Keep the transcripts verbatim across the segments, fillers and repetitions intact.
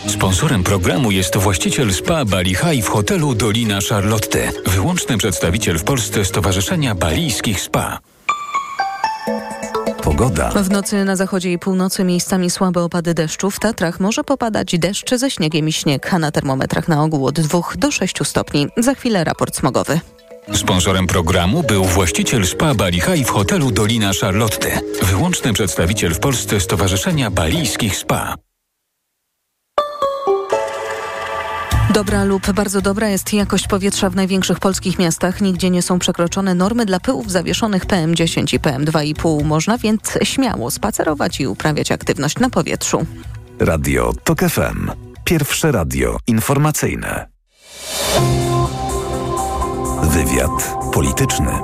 Sponsorem programu jest właściciel spa Bali High w hotelu Dolina Charlotte. Wyłączny przedstawiciel w Polsce Stowarzyszenia Balijskich Spa. Pogoda. W nocy na zachodzie i północy miejscami słabe opady deszczu. W Tatrach może popadać deszcz ze śniegiem i śnieg, a na termometrach na ogół od dwóch do sześciu stopni. Za chwilę raport smogowy. Sponsorem programu był właściciel spa Bali High w hotelu Dolina Charlotte. Wyłączny przedstawiciel w Polsce Stowarzyszenia Balijskich Spa. Dobra lub bardzo dobra jest jakość powietrza w największych polskich miastach. Nigdzie nie są przekroczone normy dla pyłów zawieszonych P M dziesięć i P M dwa i pół. Można więc śmiało spacerować i uprawiać aktywność na powietrzu. Radio TOK F M. Pierwsze radio informacyjne. Wywiad polityczny.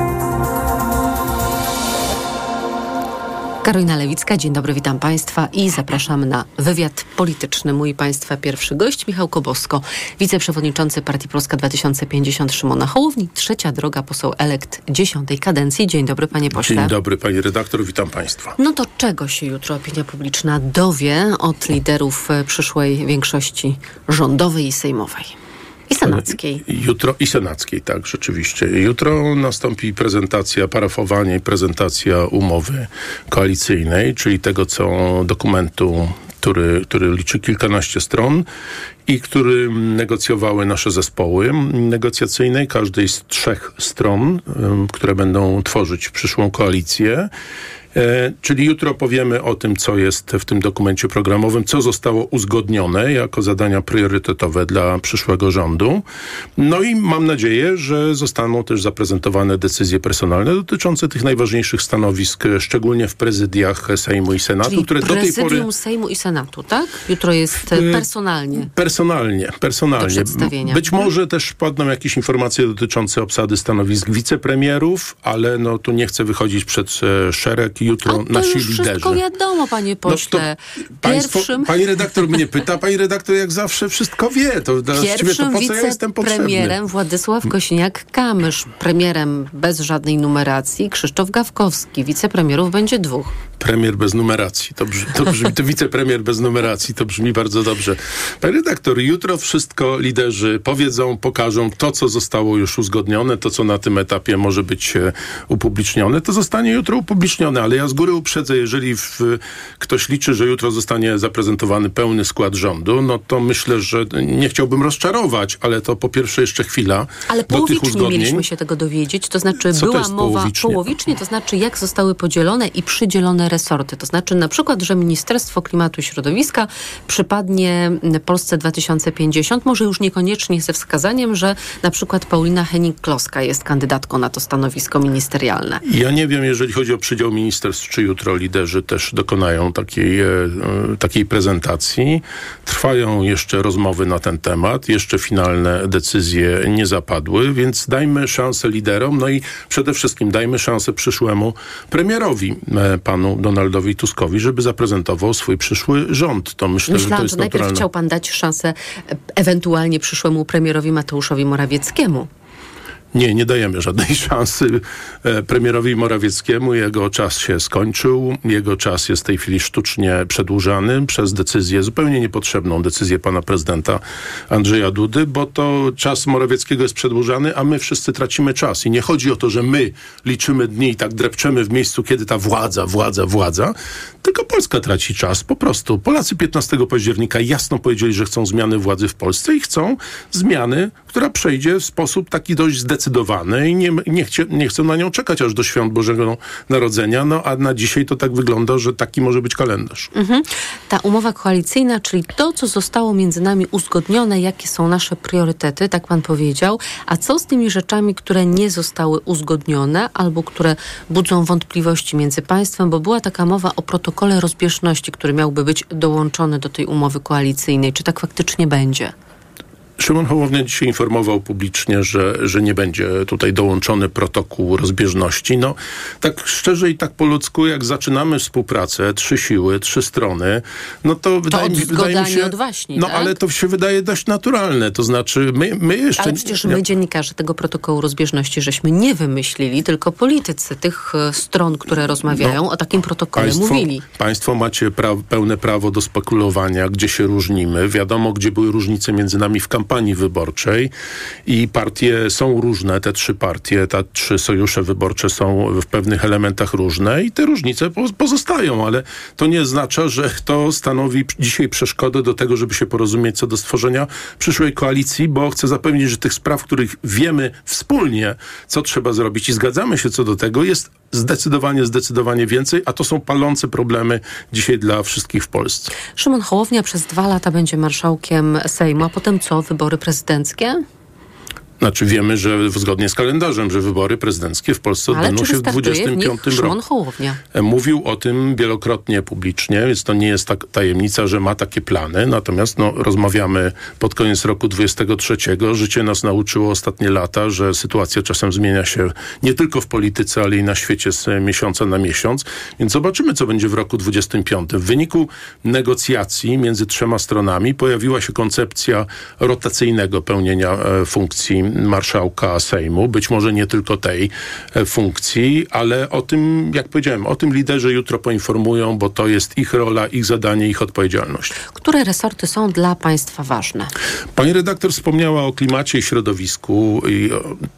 Karolina Lewicka, dzień dobry, witam Państwa i zapraszam na wywiad polityczny. Mój Państwa pierwszy gość, Michał Kobosko, wiceprzewodniczący Partii Polska dwa tysiące pięćdziesiąt Szymona Hołowni, trzecia droga, poseł elekt dziesiątej kadencji. Dzień dobry, panie pośle. Dzień dobry, pani redaktor, witam Państwa. No to czego się jutro opinia publiczna dowie od liderów przyszłej większości rządowej i sejmowej? I senackiej. Jutro i senackiej, tak, rzeczywiście. Jutro nastąpi prezentacja, parafowanie i prezentacja umowy koalicyjnej, czyli tego, co dokumentu, który, który liczy kilkanaście stron i który negocjowały nasze zespoły negocjacyjne, każdej z trzech stron, które będą tworzyć przyszłą koalicję. E, czyli jutro powiemy o tym, co jest w tym dokumencie programowym, co zostało uzgodnione jako zadania priorytetowe dla przyszłego rządu. No i mam nadzieję, że zostaną też zaprezentowane decyzje personalne dotyczące tych najważniejszych stanowisk, szczególnie w prezydiach Sejmu i Senatu, czyli które do tej pory... prezydium Sejmu i Senatu, tak? Jutro jest personalnie. Personalnie, personalnie. Do przedstawienia. Być może też wpadną jakieś informacje dotyczące obsady stanowisk wicepremierów, ale no tu nie chcę wychodzić przed e, szereg. Jutro A to nasi już liderzy. wszystko wiadomo, panie pośle. No to państwo, Pierwszym... Pani redaktor mnie pyta, pani redaktor jak zawsze wszystko wie. To właściwie to po co ja jestem potrzebny? Premierem Władysław Kosiniak-Kamysz. Premierem bez żadnej numeracji Krzysztof Gawkowski. Wicepremierów będzie dwóch. Premier bez numeracji. To brzmi, to brzmi, to wicepremier bez numeracji. To brzmi bardzo dobrze. Pani redaktor, jutro wszystko liderzy powiedzą, pokażą to, co zostało już uzgodnione, to, co na tym etapie może być upublicznione, to zostanie jutro upublicznione, ale ja z góry uprzedzę, jeżeli w, ktoś liczy, że jutro zostanie zaprezentowany pełny skład rządu, no to myślę, że nie chciałbym rozczarować, ale to po pierwsze jeszcze chwila ale do tych uzgodnień. połowicznie mieliśmy się tego dowiedzieć, to znaczy Co była to jest mowa połowicznie? połowicznie, to znaczy jak zostały podzielone i przydzielone resorty. To znaczy na przykład, że Ministerstwo Klimatu i Środowiska przypadnie Polsce dwa tysiące pięćdziesiąt, może już niekoniecznie ze wskazaniem, że na przykład Paulina Hennig-Kloska jest kandydatką na to stanowisko ministerialne. Ja nie wiem, jeżeli chodzi o przydział ministerstw, czy jutro liderzy też dokonają takiej, e, takiej prezentacji. Trwają jeszcze rozmowy na ten temat, jeszcze finalne decyzje nie zapadły, więc dajmy szansę liderom, no i przede wszystkim dajmy szansę przyszłemu premierowi, e, panu Donaldowi Tuskowi, żeby zaprezentował swój przyszły rząd. To myślę, Myślałam, że to jest że najpierw naturalne. chciał pan dać szansę e, ewentualnie przyszłemu premierowi Mateuszowi Morawieckiemu. Nie, nie dajemy żadnej szansy e, premierowi Morawieckiemu. Jego czas się skończył. Jego czas jest w tej chwili sztucznie przedłużany przez decyzję, zupełnie niepotrzebną decyzję pana prezydenta Andrzeja Dudy, bo to czas Morawieckiego jest przedłużany, a my wszyscy tracimy czas. I nie chodzi o to, że my liczymy dni i tak drepczemy w miejscu, kiedy ta władza, władza, władza, tylko Polska traci czas. Po prostu Polacy piętnastego października jasno powiedzieli, że chcą zmiany władzy w Polsce i chcą zmiany, która przejdzie w sposób taki dość zdecydowany i nie, nie, chcie, nie chcą na nią czekać aż do świąt Bożego Narodzenia, no a na dzisiaj to tak wygląda, że taki może być kalendarz. Mhm. Ta umowa koalicyjna, czyli to, co zostało między nami uzgodnione, jakie są nasze priorytety, tak pan powiedział, a co z tymi rzeczami, które nie zostały uzgodnione albo które budzą wątpliwości między państwem, bo była taka mowa o protokole rozbieżności, który miałby być dołączony do tej umowy koalicyjnej. Czy tak faktycznie będzie? Szymon Hołownia dzisiaj informował publicznie, że, że nie będzie tutaj dołączony protokół rozbieżności. No, tak szczerze i tak po ludzku, jak zaczynamy współpracę, trzy siły, trzy strony, no to, to wydaje, od mi, wydaje mi się... od waśni, No, tak? ale to się wydaje dość naturalne. To znaczy, my, my jeszcze... Ale przecież my, dziennikarze, tego protokołu rozbieżności, żeśmy nie wymyślili, tylko politycy tych stron, które rozmawiają, no, o takim protokole państwo, mówili. Państwo macie pra- pełne prawo do spekulowania, gdzie się różnimy. Wiadomo, gdzie były różnice między nami w kampanii wyborczej i partie są różne, te trzy partie, te trzy sojusze wyborcze są w pewnych elementach różne i te różnice po- pozostają, ale to nie oznacza, że to stanowi dzisiaj przeszkodę do tego, żeby się porozumieć co do stworzenia przyszłej koalicji, bo chcę zapewnić, że tych spraw, których wiemy wspólnie, co trzeba zrobić i zgadzamy się co do tego, jest zdecydowanie, zdecydowanie więcej, a to są palące problemy dzisiaj dla wszystkich w Polsce. Szymon Hołownia przez dwa lata będzie marszałkiem Sejmu, a potem co? Wybory prezydenckie? Znaczy wiemy, że zgodnie z kalendarzem, że wybory prezydenckie w Polsce Ale odbędą się w dwudziestym piątym roku. Szymon Hołownia Mówił o tym wielokrotnie publicznie, więc to nie jest tak tajemnica, że ma takie plany. Natomiast no, rozmawiamy pod koniec roku dwudziestego trzeciego. Życie nas nauczyło ostatnie lata, że sytuacja czasem zmienia się nie tylko w polityce, ale i na świecie z miesiąca na miesiąc. Więc zobaczymy, co będzie w roku dwudziestym piątym. W wyniku negocjacji między trzema stronami pojawiła się koncepcja rotacyjnego pełnienia e, funkcji marszałka Sejmu, być może nie tylko tej e, funkcji, ale o tym, jak powiedziałem, o tym liderzy jutro poinformują, bo to jest ich rola, ich zadanie, ich odpowiedzialność. Które resorty są dla państwa ważne? Pani redaktor wspomniała o klimacie i środowisku i,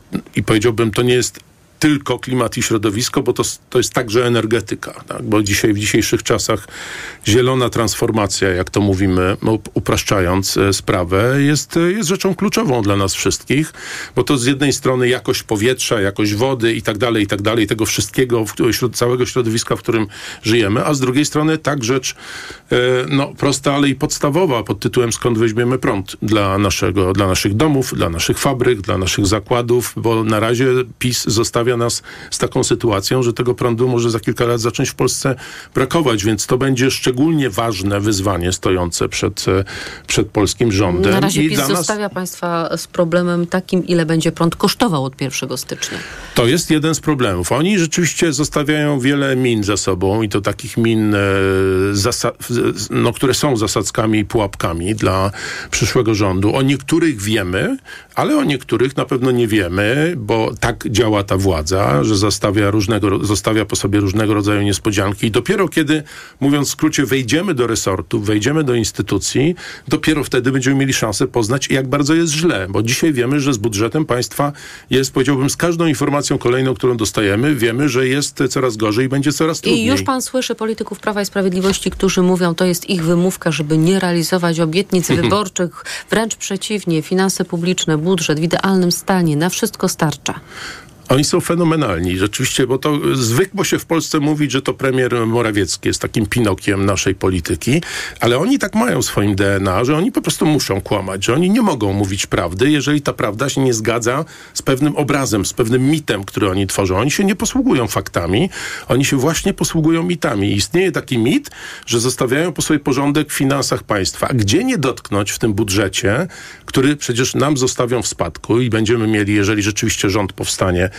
i powiedziałbym, to nie jest tylko klimat i środowisko, bo to, to jest także energetyka, tak? Bo dzisiaj, w dzisiejszych czasach zielona transformacja, jak to mówimy, upraszczając e, sprawę, jest, jest rzeczą kluczową dla nas wszystkich, bo to z jednej strony jakość powietrza, jakość wody i tak dalej, i tak dalej, tego wszystkiego, wśród całego środowiska, w którym żyjemy, a z drugiej strony tak rzecz e, no, prosta, ale i podstawowa pod tytułem skąd weźmiemy prąd dla naszego, dla naszych domów, dla naszych fabryk, dla naszych zakładów, bo na razie PiS zostawia nas z taką sytuacją, że tego prądu może za kilka lat zacząć w Polsce brakować, więc to będzie szczególnie ważne wyzwanie stojące przed, przed polskim rządem. Na razie I PiS dla nas zostawia państwa z problemem takim, ile będzie prąd kosztował od pierwszego stycznia. To jest jeden z problemów. Oni rzeczywiście zostawiają wiele min za sobą i to takich min, e, zasa- no, które są zasadzkami i pułapkami dla przyszłego rządu. O niektórych wiemy, ale o niektórych na pewno nie wiemy, bo tak działa ta władza, że zostawia, różnego, zostawia po sobie różnego rodzaju niespodzianki i dopiero kiedy, mówiąc w skrócie, wejdziemy do resortu, wejdziemy do instytucji, dopiero wtedy będziemy mieli szansę poznać, jak bardzo jest źle, bo dzisiaj wiemy, że z budżetem państwa jest, powiedziałbym, z każdą informacją kolejną, którą dostajemy, wiemy, że jest coraz gorzej i będzie coraz trudniej. I już pan słyszy polityków Prawa i Sprawiedliwości, którzy mówią, to jest ich wymówka, żeby nie realizować obietnic wyborczych, wręcz przeciwnie, finanse publiczne, budżet w idealnym stanie, na wszystko starcza. Oni są fenomenalni, rzeczywiście, bo to zwykło się w Polsce mówić, że to premier Morawiecki jest takim Pinokiem naszej polityki, ale oni tak mają w swoim D N A, że oni po prostu muszą kłamać, że oni nie mogą mówić prawdy, jeżeli ta prawda się nie zgadza z pewnym obrazem, z pewnym mitem, który oni tworzą. Oni się nie posługują faktami, oni się właśnie posługują mitami. Istnieje taki mit, że zostawiają po sobie porządek w finansach państwa. A gdzie nie dotknąć w tym budżecie, który przecież nam zostawią w spadku i będziemy mieli, jeżeli rzeczywiście rząd powstanie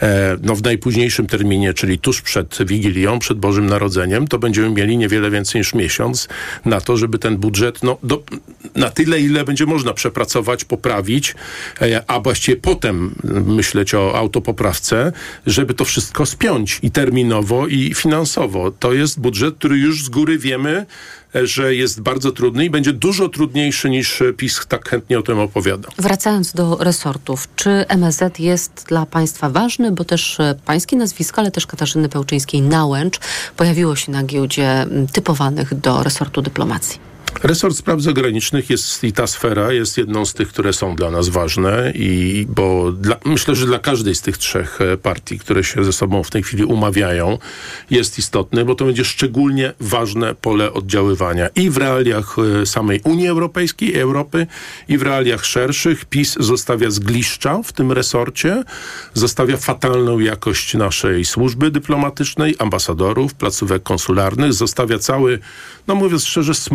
no w najpóźniejszym terminie, czyli tuż przed Wigilią, przed Bożym Narodzeniem, to będziemy mieli niewiele więcej niż miesiąc na to, żeby ten budżet no, do, na tyle, ile będzie można przepracować, poprawić, a właściwie potem myśleć o autopoprawce, żeby to wszystko spiąć i terminowo, i finansowo. To jest budżet, który już z góry wiemy, że jest bardzo trudny i będzie dużo trudniejszy niż PiS tak chętnie o tym opowiada. Wracając do resortów, czy M S Z jest dla państwa ważny, bo też pańskie nazwisko, ale też Katarzyny Pełczyńskiej-Nałęcz pojawiło się na giełdzie typowanych do resortu dyplomacji. Resort spraw zagranicznych jest i ta sfera jest jedną z tych, które są dla nas ważne i bo dla, myślę, że dla każdej z tych trzech partii, które się ze sobą w tej chwili umawiają, jest istotny, bo to będzie szczególnie ważne pole oddziaływania i w realiach samej Unii Europejskiej, Europy i w realiach szerszych. PiS zostawia zgliszcza w tym resorcie, zostawia fatalną jakość naszej służby dyplomatycznej, ambasadorów, placówek konsularnych, zostawia cały, no mówiąc szczerze, smród po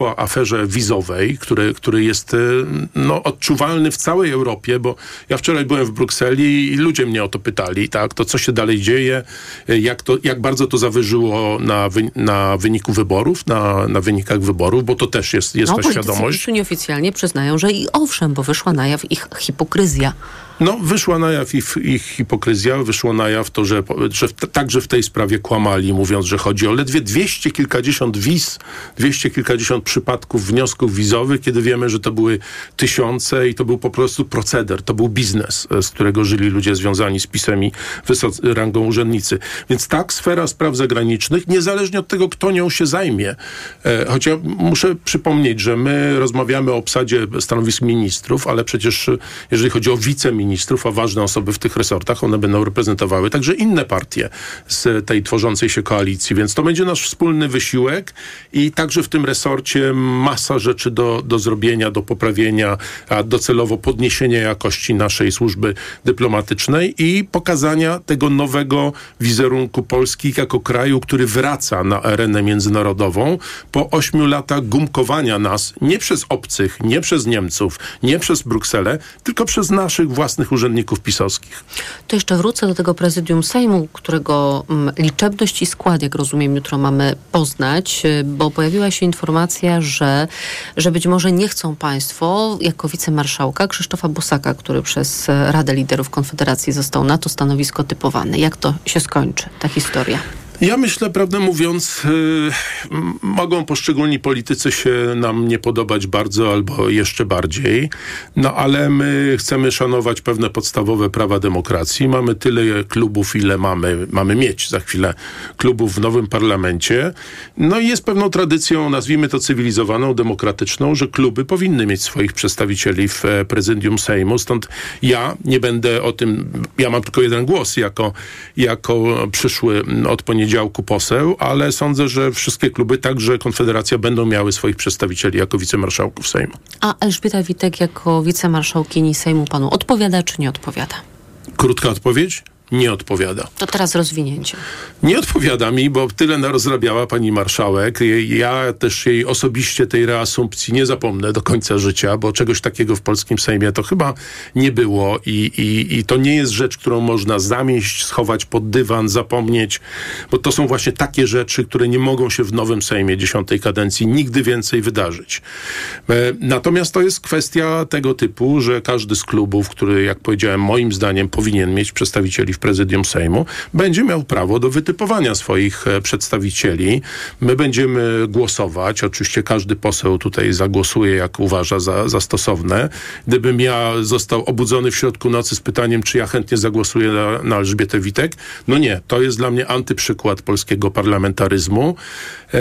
o aferze wizowej, który, który jest no, odczuwalny w całej Europie, bo ja wczoraj byłem w Brukseli i ludzie mnie o to pytali, tak, to co się dalej dzieje, jak, to, jak bardzo to zawyżyło na, wy, na wyniku wyborów, na, na wynikach wyborów, bo to też jest, jest no, ta świadomość. No, nieoficjalnie przyznają, że i owszem, bo wyszła na jaw ich hipokryzja. No, wyszła na jaw ich, ich hipokryzja, wyszło na jaw to, że, że w, także w tej sprawie kłamali, mówiąc, że chodzi o ledwie dwieście kilkadziesiąt wiz, dwieście kilkadziesiąt przypadków wniosków wizowych, kiedy wiemy, że to były tysiące i to był po prostu proceder, to był biznes, z którego żyli ludzie związani z PiS-em i wysocy rangą urzędnicy. Więc tak, sfera spraw zagranicznych, niezależnie od tego, kto nią się zajmie. E, choć ja muszę przypomnieć, że my rozmawiamy o obsadzie stanowisk ministrów, ale przecież jeżeli chodzi o wiceministrów, ministrów, a ważne osoby w tych resortach, one będą reprezentowały także inne partie z tej tworzącej się koalicji, więc to będzie nasz wspólny wysiłek i także w tym resorcie masa rzeczy do, do zrobienia, do poprawienia, a docelowo podniesienia jakości naszej służby dyplomatycznej i pokazania tego nowego wizerunku Polski jako kraju, który wraca na arenę międzynarodową po ośmiu latach gumkowania nas nie przez obcych, nie przez Niemców, nie przez Brukselę, tylko przez naszych własnych urzędników pisowskich. To jeszcze wrócę do tego prezydium Sejmu, którego m, liczebność i skład, jak rozumiem, jutro mamy poznać, bo pojawiła się informacja, że, że być może nie chcą państwo jako wicemarszałka Krzysztofa Bosaka, który przez Radę Liderów Konfederacji został na to stanowisko typowany. Jak to się skończy, ta historia? Ja myślę, prawdę mówiąc, yy, mogą poszczególni politycy się nam nie podobać bardzo albo jeszcze bardziej, no ale my chcemy szanować pewne podstawowe prawa demokracji. Mamy tyle klubów, ile mamy, mamy mieć za chwilę klubów w nowym parlamencie. No i jest pewną tradycją, nazwijmy to cywilizowaną, demokratyczną, że kluby powinny mieć swoich przedstawicieli w prezydium Sejmu. Stąd ja nie będę o tym, ja mam tylko jeden głos jako, jako przyszły od poniedziałku działku poseł, ale sądzę, że wszystkie kluby, także Konfederacja, będą miały swoich przedstawicieli jako wicemarszałków Sejmu. A Elżbieta Witek jako wicemarszałkini Sejmu panu odpowiada czy nie odpowiada? Krótka odpowiedź? Nie odpowiada. To teraz rozwinięcie. Nie odpowiada mi, bo tyle narozrabiała pani marszałek. Ja też jej osobiście tej reasumpcji nie zapomnę do końca życia, bo czegoś takiego w polskim Sejmie to chyba nie było i, i, i to nie jest rzecz, którą można zamieść, schować pod dywan, zapomnieć, bo to są właśnie takie rzeczy, które nie mogą się w nowym Sejmie dziesiątej kadencji nigdy więcej wydarzyć. Natomiast to jest kwestia tego typu, że każdy z klubów, który, jak powiedziałem, moim zdaniem powinien mieć przedstawicieli w prezydium Sejmu, będzie miał prawo do wytypowania swoich e, przedstawicieli. My będziemy głosować. Oczywiście każdy poseł tutaj zagłosuje, jak uważa za, za stosowne. Gdybym ja został obudzony w środku nocy z pytaniem, czy ja chętnie zagłosuję na, na Elżbietę Witek, no nie. To jest dla mnie antyprzykład polskiego parlamentaryzmu. E,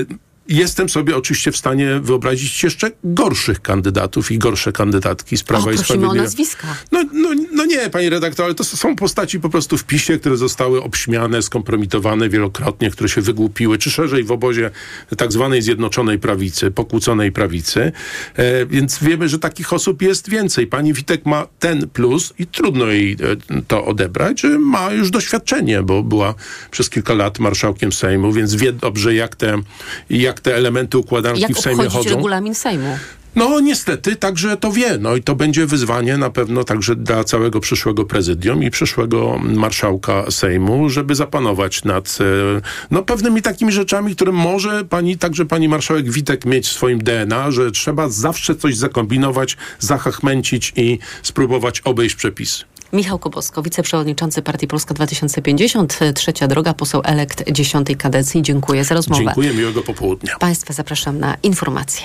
Jestem sobie oczywiście w stanie wyobrazić jeszcze gorszych kandydatów i gorsze kandydatki z Prawa o, i Sprawiedliwości. Prosimy o nazwiska. No, no, no nie, pani redaktor, ale to są postaci po prostu w PiSie, które zostały obśmiane, skompromitowane wielokrotnie, które się wygłupiły, czy szerzej w obozie tak zwanej Zjednoczonej Prawicy, pokłóconej prawicy. E, więc wiemy, że takich osób jest więcej. Pani Witek ma ten plus i trudno jej e, to odebrać, że ma już doświadczenie, bo była przez kilka lat marszałkiem Sejmu, więc wie dobrze, jak te, jak te elementy układanki jak w Sejmie chodzą. Jak obchodzić regulamin Sejmu? No niestety, także to wie. No i to będzie wyzwanie na pewno także dla całego przyszłego prezydium i przyszłego marszałka Sejmu, żeby zapanować nad no, pewnymi takimi rzeczami, które może pani, także pani marszałek Witek mieć w swoim D N A, że trzeba zawsze coś zakombinować, zachachmęcić i spróbować obejść przepisy. Michał Kobosko, wiceprzewodniczący Partii Polska dwa tysiące pięćdziesiąt, Trzecia Droga, poseł elekt dziesiątej kadencji. Dziękuję za rozmowę. Dziękuję, miłego popołudnia. Państwa zapraszam na informacje.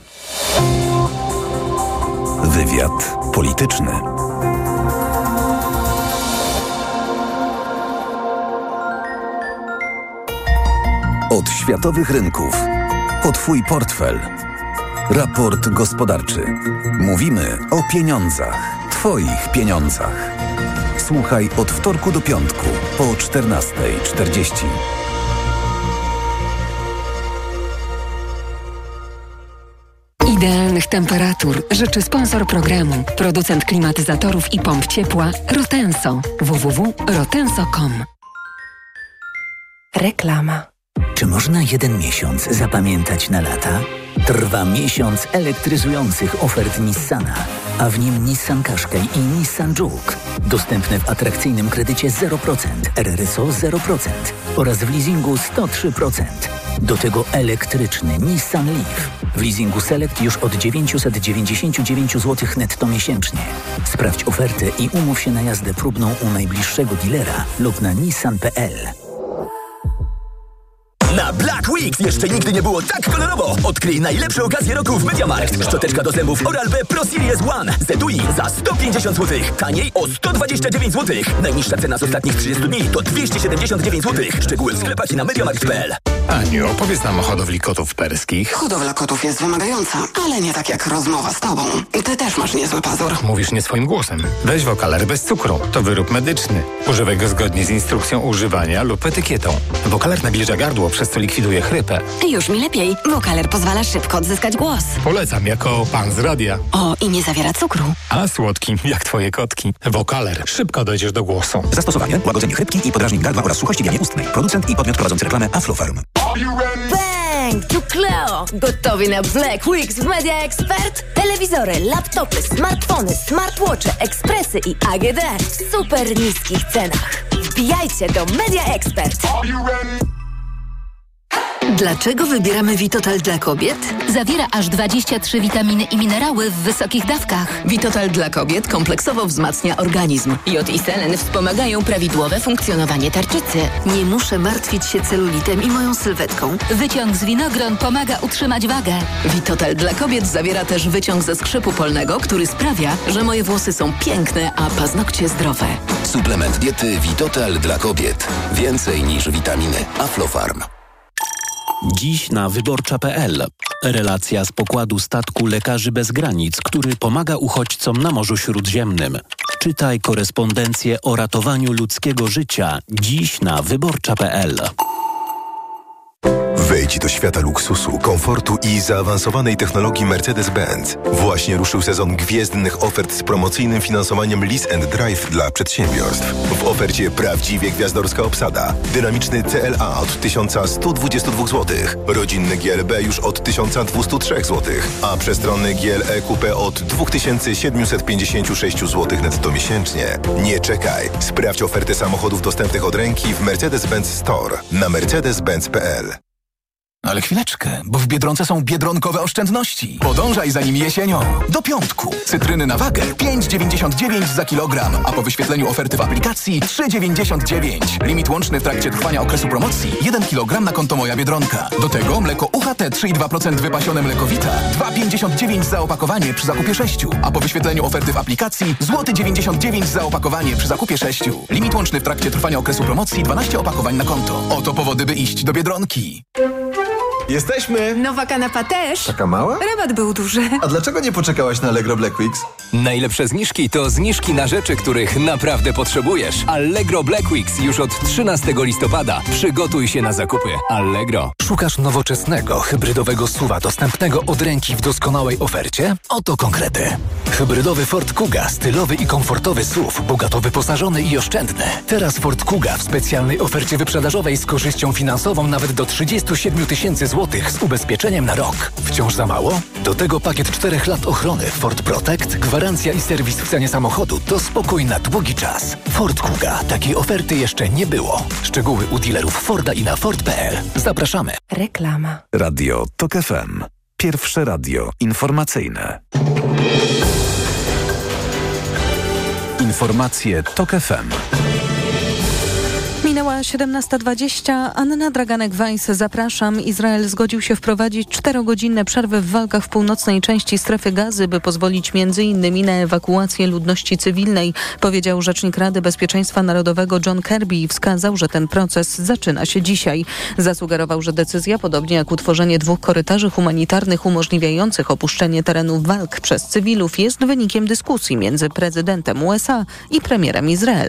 Wywiad polityczny. Od światowych rynków. O Twój portfel. Raport gospodarczy. Mówimy o pieniądzach. Twoich pieniądzach. Słuchaj od wtorku do piątku po czternasta czterdzieści. Idealnych temperatur życzy sponsor programu, producent klimatyzatorów i pomp ciepła Rotenso. w w w kropka rotenso kropka com. Reklama. Czy można jeden miesiąc zapamiętać na lata? Trwa miesiąc elektryzujących ofert Nissana, a w nim Nissan Qashqai i Nissan Juke. Dostępne w atrakcyjnym kredycie zero procent, R R S O zero procent oraz w leasingu sto trzy procent. Do tego elektryczny Nissan Leaf. W leasingu Select już od dziewięćset dziewięćdziesiąt dziewięć złotych netto miesięcznie. Sprawdź ofertę i umów się na jazdę próbną u najbliższego dealera lub na nissan kropka p l. Na Black Weeks jeszcze nigdy nie było tak kolorowo. Odkryj najlepsze okazje roku w MediaMarkt. Szczoteczka do zębów Oral-B Pro Series One z etui za sto pięćdziesiąt złotych. Taniej o sto dwadzieścia dziewięć złotych. Najniższa cena z ostatnich trzydziestu dni to dwieście siedemdziesiąt dziewięć złotych. Szczegóły w sklepach i na mediamarkt kropka p l. Aniu, opowiedz nam o hodowli kotów perskich. Hodowla kotów jest wymagająca, ale nie tak jak rozmowa z tobą. Ty też masz niezły pazur. Mówisz nie swoim głosem. Weź Wokaler bez cukru. To wyrób medyczny. Używaj go zgodnie z instrukcją używania lub etykietą. Wokaler nawilża gardło, przez co likwiduje chrypę. Już mi lepiej. Wokaler pozwala szybko odzyskać głos. Polecam jako pan z radia. O, i nie zawiera cukru. A słodki, jak twoje kotki. Wokaler. Szybko dojdziesz do głosu. Zastosowanie, łagodzenie chrypki i podrażnień gardła oraz suchości w jamie ustnej. Producent i podmiot prowadzący reklamę Aflofarm. Bang! Tu Cleo! Gotowi na Black Weeks w Media Expert? Telewizory, laptopy, smartfony, smartwatche, ekspresy i A G D w super niskich cenach. Wbijajcie do Media Expert! Dlaczego wybieramy Vitotal dla kobiet? Zawiera aż dwadzieścia trzy witaminy i minerały w wysokich dawkach. Vitotal dla kobiet kompleksowo wzmacnia organizm. Jod i selen wspomagają prawidłowe funkcjonowanie tarczycy. Nie muszę martwić się celulitem i moją sylwetką. Wyciąg z winogron pomaga utrzymać wagę. Vitotal dla kobiet zawiera też wyciąg ze skrzypu polnego, który sprawia, że moje włosy są piękne, a paznokcie zdrowe. Suplement diety Vitotal dla kobiet. Więcej niż witaminy. Aflofarm. Dziś na wyborcza kropka p l. Relacja z pokładu statku Lekarzy Bez Granic, który pomaga uchodźcom na Morzu Śródziemnym. Czytaj korespondencję o ratowaniu ludzkiego życia dziś na wyborcza kropka p l. Wejdź do świata luksusu, komfortu i zaawansowanej technologii Mercedes-Benz. Właśnie ruszył sezon gwiezdnych ofert z promocyjnym finansowaniem Lease and Drive dla przedsiębiorstw. W ofercie prawdziwie gwiazdorska obsada. Dynamiczny C L A od tysiąc sto dwadzieścia dwa złotych. Rodzinny G L B już od tysiąc dwieście trzy złotych. A przestronny G L E Coupe od dwa tysiące siedemset pięćdziesiąt sześć złotych netto miesięcznie. Nie czekaj. Sprawdź ofertę samochodów dostępnych od ręki w Mercedes-Benz Store na mercedes benz kropka p l. Ale chwileczkę, bo w Biedronce są biedronkowe oszczędności. Podążaj za nimi jesienią. Do piątku. Cytryny na wagę pięć dziewięćdziesiąt dziewięć za kilogram, a po wyświetleniu oferty w aplikacji trzy dziewięćdziesiąt dziewięć. Limit łączny w trakcie trwania okresu promocji jeden kilogram na konto Moja Biedronka. Do tego mleko U H T trzy i dwa procent wypasione mlekowita dwa pięćdziesiąt dziewięć za opakowanie przy zakupie sześciu, a po wyświetleniu oferty w aplikacji złoty dziewięćdziesiąt dziewięć za opakowanie przy zakupie sześciu. Limit łączny w trakcie trwania okresu promocji dwanaście opakowań na konto. Oto powody, by iść do Biedronki. Jesteśmy! Nowa kanapa też. Taka mała? Rabat był duży. A dlaczego nie poczekałaś na Allegro Black Weeks? Najlepsze zniżki to zniżki na rzeczy, których naprawdę potrzebujesz. Allegro Black Weeks już od trzynastego listopada. Przygotuj się na zakupy. Allegro. Szukasz nowoczesnego, hybrydowego S U V-a dostępnego od ręki w doskonałej ofercie? Oto konkrety. Hybrydowy Ford Kuga, stylowy i komfortowy S U V, bogato wyposażony i oszczędny. Teraz Ford Kuga w specjalnej ofercie wyprzedażowej z korzyścią finansową nawet do trzydzieści siedem tysięcy złotych z ubezpieczeniem na rok. Wciąż za mało? Do tego pakiet czterech lat ochrony Ford Protect, gwarancja i serwis w cenie samochodu to spokój na długi czas. Ford Kuga. Takiej oferty jeszcze nie było. Szczegóły u dealerów Forda i na Ford kropka p l. Zapraszamy. Reklama. Radio Tok F M. Pierwsze radio informacyjne. Informacje Tok F M. Minęła siedemnasta dwadzieścia. Anna Draganek-Weiss, zapraszam. Izrael zgodził się wprowadzić czterogodzinne przerwy w walkach w północnej części strefy Gazy, by pozwolić między innymi na ewakuację ludności cywilnej, powiedział rzecznik Rady Bezpieczeństwa Narodowego John Kirby i wskazał, że ten proces zaczyna się dzisiaj. Zasugerował, że decyzja, podobnie jak utworzenie dwóch korytarzy humanitarnych umożliwiających opuszczenie terenu walk przez cywilów, jest wynikiem dyskusji między prezydentem U S A i premierem Izraela.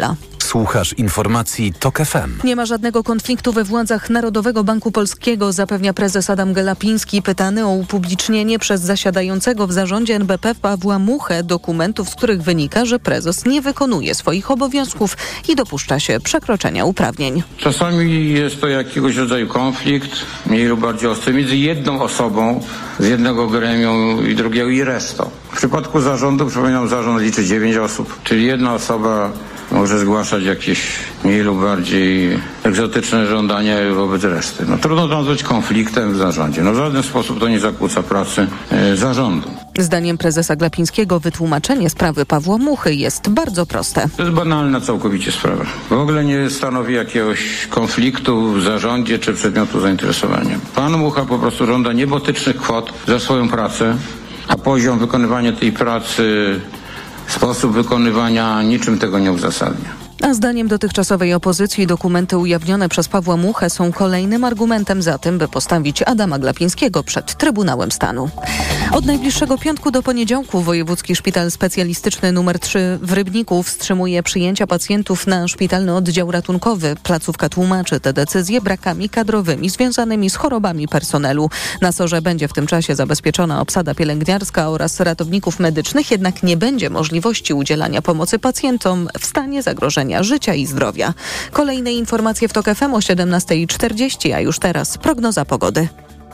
Słuchasz informacji TOK F M. Nie ma żadnego konfliktu we władzach Narodowego Banku Polskiego, zapewnia prezes Adam Glapiński, pytany o upublicznienie przez zasiadającego w zarządzie N B P Pawła Muchę dokumentów, z których wynika, że prezes nie wykonuje swoich obowiązków i dopuszcza się przekroczenia uprawnień. Czasami jest to jakiegoś rodzaju konflikt, mniej lub bardziej ostry, między jedną osobą z jednego gremium i drugiego i resztą. W przypadku zarządu, przypominam, zarząd liczy dziewięć osób, czyli jedna osoba może zgłaszać jakieś mniej lub bardziej egzotyczne żądania wobec reszty. No trudno to nazwać konfliktem w zarządzie. No w żaden sposób to nie zakłóca pracy e, zarządu. Zdaniem prezesa Glapińskiego wytłumaczenie sprawy Pawła Muchy jest bardzo proste. To jest banalna całkowicie sprawa. W ogóle nie stanowi jakiegoś konfliktu w zarządzie czy przedmiotu zainteresowania. Pan Mucha po prostu żąda niebotycznych kwot za swoją pracę, a poziom wykonywania tej pracy, sposób wykonywania niczym tego nie uzasadnia. A zdaniem dotychczasowej opozycji dokumenty ujawnione przez Pawła Muchę są kolejnym argumentem za tym, by postawić Adama Glapińskiego przed Trybunałem Stanu. Od najbliższego piątku do poniedziałku Wojewódzki Szpital Specjalistyczny numer trzy w Rybniku wstrzymuje przyjęcia pacjentów na szpitalny oddział ratunkowy. Placówka tłumaczy te decyzje brakami kadrowymi związanymi z chorobami personelu. Na sorze będzie w tym czasie zabezpieczona obsada pielęgniarska oraz ratowników medycznych, jednak nie będzie możliwości udzielania pomocy pacjentom w stanie zagrożenia życia i zdrowia. Kolejne informacje w TOK F M o siedemnasta czterdzieści, a już teraz prognoza pogody.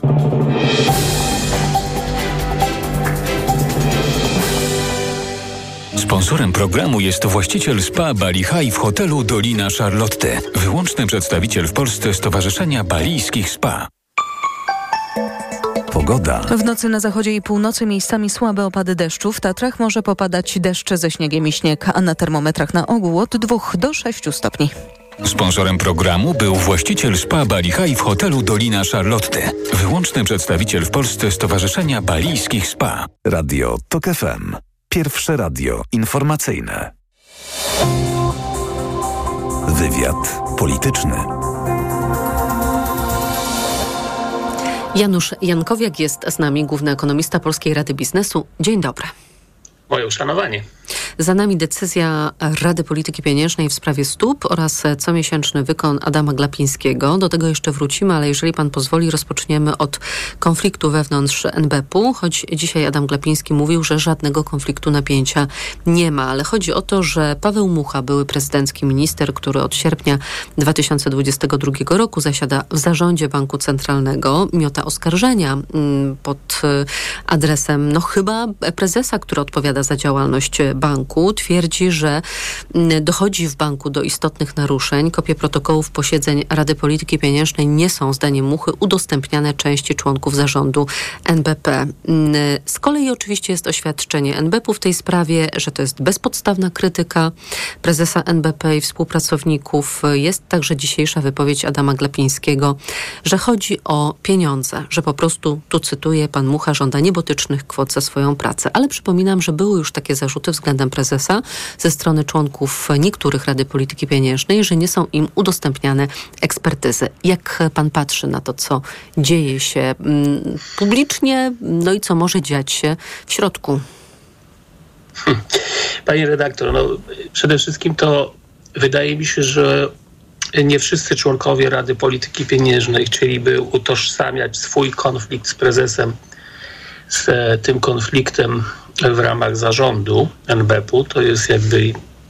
Sponsorem programu jest właściciel spa Bali High w hotelu Dolina Charlotte. Wyłączny przedstawiciel w Polsce Stowarzyszenia Balijskich Spa. Pogoda. W nocy na zachodzie i północy miejscami słabe opady deszczu. W Tatrach może popadać deszcz ze śniegiem i śnieg, a na termometrach na ogół od dwóch do sześciu stopni. Sponsorem programu był właściciel spa Bali High w hotelu Dolina Charlotte. Wyłączny przedstawiciel w Polsce Stowarzyszenia Balijskich Spa. Radio TOK F M. Pierwsze radio informacyjne. Wywiad polityczny. Janusz Jankowiak jest z nami, główny ekonomista Polskiej Rady Biznesu. Dzień dobry. Moje uszanowanie. Za nami decyzja Rady Polityki Pieniężnej w sprawie stóp oraz comiesięczny wykon Adama Glapińskiego. Do tego jeszcze wrócimy, ale jeżeli pan pozwoli, rozpoczniemy od konfliktu wewnątrz N B P u. Choć dzisiaj Adam Glapiński mówił, że żadnego konfliktu, napięcia nie ma, ale chodzi o to, że Paweł Mucha, były prezydencki minister, który od sierpnia dwa tysiące dwudziestego drugiego roku zasiada w zarządzie Banku Centralnego, miota oskarżenia pod adresem no chyba prezesa, który odpowiada za działalność banku. Twierdzi, że dochodzi w banku do istotnych naruszeń. Kopie protokołów posiedzeń Rady Polityki Pieniężnej nie są, zdaniem Muchy, udostępniane części członków zarządu N B P. Z kolei oczywiście jest oświadczenie N B P u w tej sprawie, że to jest bezpodstawna krytyka prezesa N B P i współpracowników. Jest także dzisiejsza wypowiedź Adama Glapińskiego, że chodzi o pieniądze, że po prostu, tu cytuję, pan Mucha żąda niebotycznych kwot za swoją pracę. Ale przypominam, że były już takie zarzuty względem prezesa ze strony członków niektórych Rady Polityki Pieniężnej, że nie są im udostępniane ekspertyzy. Jak pan patrzy na to, co dzieje się mm, publicznie, no i co może dziać się w środku? Hmm. Panie redaktor, no przede wszystkim to wydaje mi się, że nie wszyscy członkowie Rady Polityki Pieniężnej chcieliby utożsamiać swój konflikt z prezesem z e, tym konfliktem w ramach zarządu N B P u. To jest jakby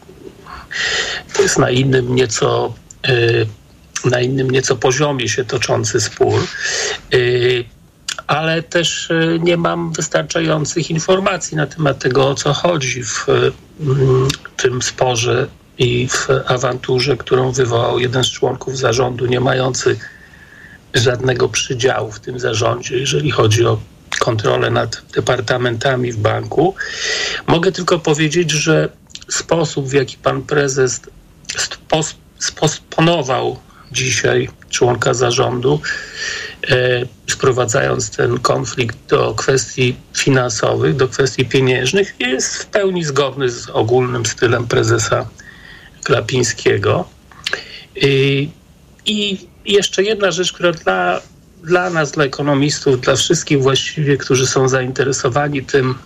to jest na innym nieco y, na innym nieco poziomie się toczący spór, y, ale też y, nie mam wystarczających informacji na temat tego, o co chodzi w y, tym sporze i w awanturze, którą wywołał jeden z członków zarządu, nie mający żadnego przydziału w tym zarządzie, jeżeli chodzi o kontrolę nad departamentami w banku. Mogę tylko powiedzieć, że sposób, w jaki pan prezes spos- sposponował dzisiaj członka zarządu, e, sprowadzając ten konflikt do kwestii finansowych, do kwestii pieniężnych, jest w pełni zgodny z ogólnym stylem prezesa Glapińskiego. I, i jeszcze jedna rzecz, która dla Dla nas, dla ekonomistów, dla wszystkich właściwie, którzy są zainteresowani tym,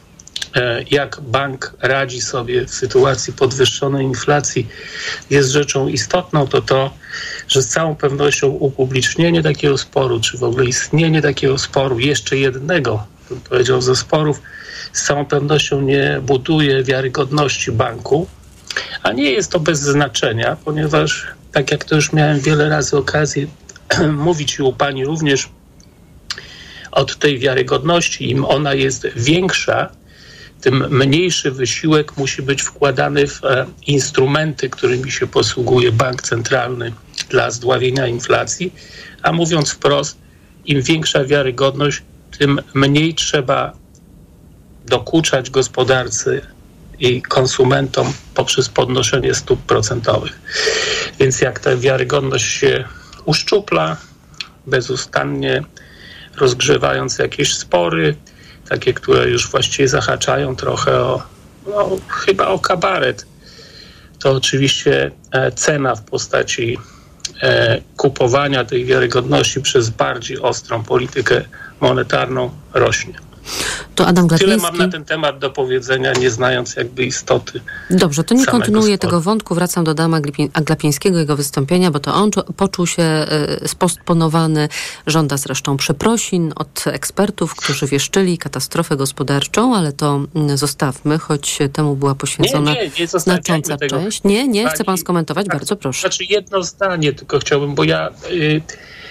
jak bank radzi sobie w sytuacji podwyższonej inflacji jest rzeczą istotną, to to, że z całą pewnością upublicznienie takiego sporu, czy w ogóle istnienie takiego sporu, jeszcze jednego, bym powiedział, ze sporów, z całą pewnością nie buduje wiarygodności banku, a nie jest to bez znaczenia, ponieważ tak jak to już miałem wiele razy okazję mówić i u pani również, od tej wiarygodności, im ona jest większa, tym mniejszy wysiłek musi być wkładany w e, instrumenty, którymi się posługuje bank centralny dla zdławienia inflacji, a mówiąc wprost, im większa wiarygodność, tym mniej trzeba dokuczać gospodarce i konsumentom poprzez podnoszenie stóp procentowych. Więc jak ta wiarygodność się uszczupla, bezustannie rozgrzewając jakieś spory, takie, które już właściwie zahaczają trochę o, no, chyba o kabaret, to oczywiście e, cena w postaci e, kupowania tej wiarygodności przez bardziej ostrą politykę monetarną rośnie. To Adam Glapiński. Tyle mam na ten temat do powiedzenia, nie znając jakby istoty. Dobrze, to nie kontynuuję sporu. tego wątku. Wracam do Adama Glapińskiego, jego wystąpienia, bo to on poczuł się spostponowany. Żąda zresztą przeprosin od ekspertów, którzy wieszczyli katastrofę gospodarczą, ale to zostawmy, choć temu była poświęcona nie, nie, nie znacząca tego. część. Nie, nie, Pani, chce pan skomentować? tak, Bardzo proszę. Znaczy jedno zdanie tylko chciałbym, bo ja... Yy,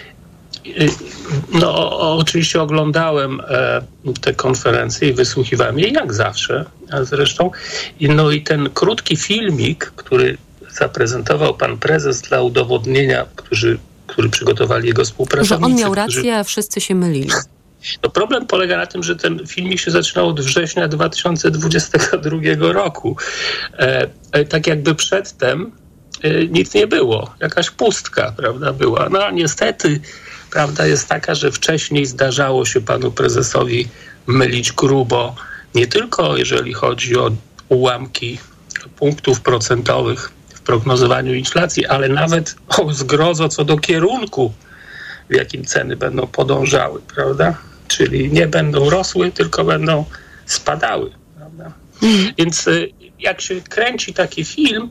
No, oczywiście oglądałem e, te konferencje i wysłuchiwałem je jak zawsze zresztą. I, no i ten krótki filmik, który zaprezentował pan prezes dla udowodnienia, którzy, który przygotowali jego współpracownicy. Że on miał rację, którzy... a wszyscy się mylili. No, problem polega na tym, że ten filmik się zaczynał od września dwa tysiące dwudziestego drugiego roku. E, e, tak jakby przedtem e, nic nie było. Jakaś pustka, prawda, była. No a niestety prawda jest taka, że wcześniej zdarzało się panu prezesowi mylić grubo, nie tylko jeżeli chodzi o ułamki punktów procentowych w prognozowaniu inflacji, ale nawet o zgrozo co do kierunku, w jakim ceny będą podążały, prawda? Czyli nie będą rosły, tylko będą spadały, prawda? Mhm. Więc jak się kręci taki film,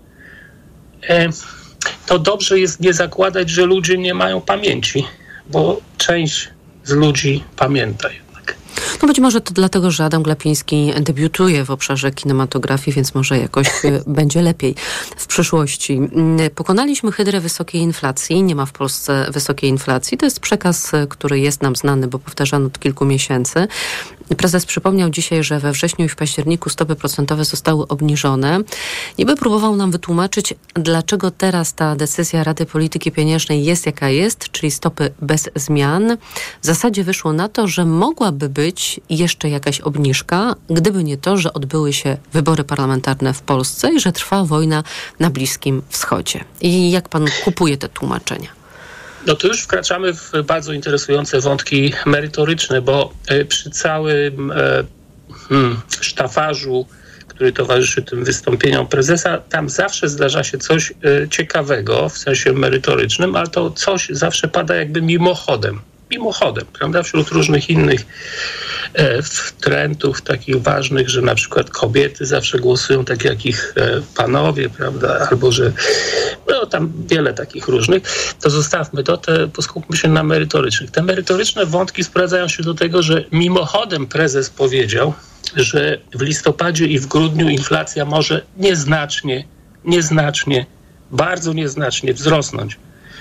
to dobrze jest nie zakładać, że ludzie nie mają pamięci, bo część z ludzi pamięta jednak. No być może to dlatego, że Adam Glapiński debiutuje w obszarze kinematografii, więc może jakoś będzie lepiej w przyszłości. Pokonaliśmy hydrę wysokiej inflacji. Nie ma w Polsce wysokiej inflacji. To jest przekaz, który jest nam znany, bo powtarzany od kilku miesięcy. Prezes przypomniał dzisiaj, że we wrześniu i w październiku stopy procentowe zostały obniżone. Niby próbował nam wytłumaczyć, dlaczego teraz ta decyzja Rady Polityki Pieniężnej jest jaka jest, czyli stopy bez zmian. W zasadzie wyszło na to, że mogłaby być jeszcze jakaś obniżka, gdyby nie to, że odbyły się wybory parlamentarne w Polsce i że trwa wojna na Bliskim Wschodzie. I jak pan kupuje te tłumaczenia? No to już wkraczamy w bardzo interesujące wątki merytoryczne, bo przy całym e, hmm, sztafarzu, który towarzyszy tym wystąpieniom prezesa, tam zawsze zdarza się coś e, ciekawego w sensie merytorycznym, ale to coś zawsze pada jakby mimochodem. Mimochodem, prawda? Wśród różnych innych e, trendów takich ważnych, że na przykład kobiety zawsze głosują tak jak ich e, panowie, prawda? Albo że no tam wiele takich różnych. To zostawmy to, te, skupmy się na merytorycznych. Te merytoryczne wątki sprowadzają się do tego, że mimochodem prezes powiedział, że w listopadzie i w grudniu inflacja może nieznacznie, nieznacznie, bardzo nieznacznie wzrosnąć.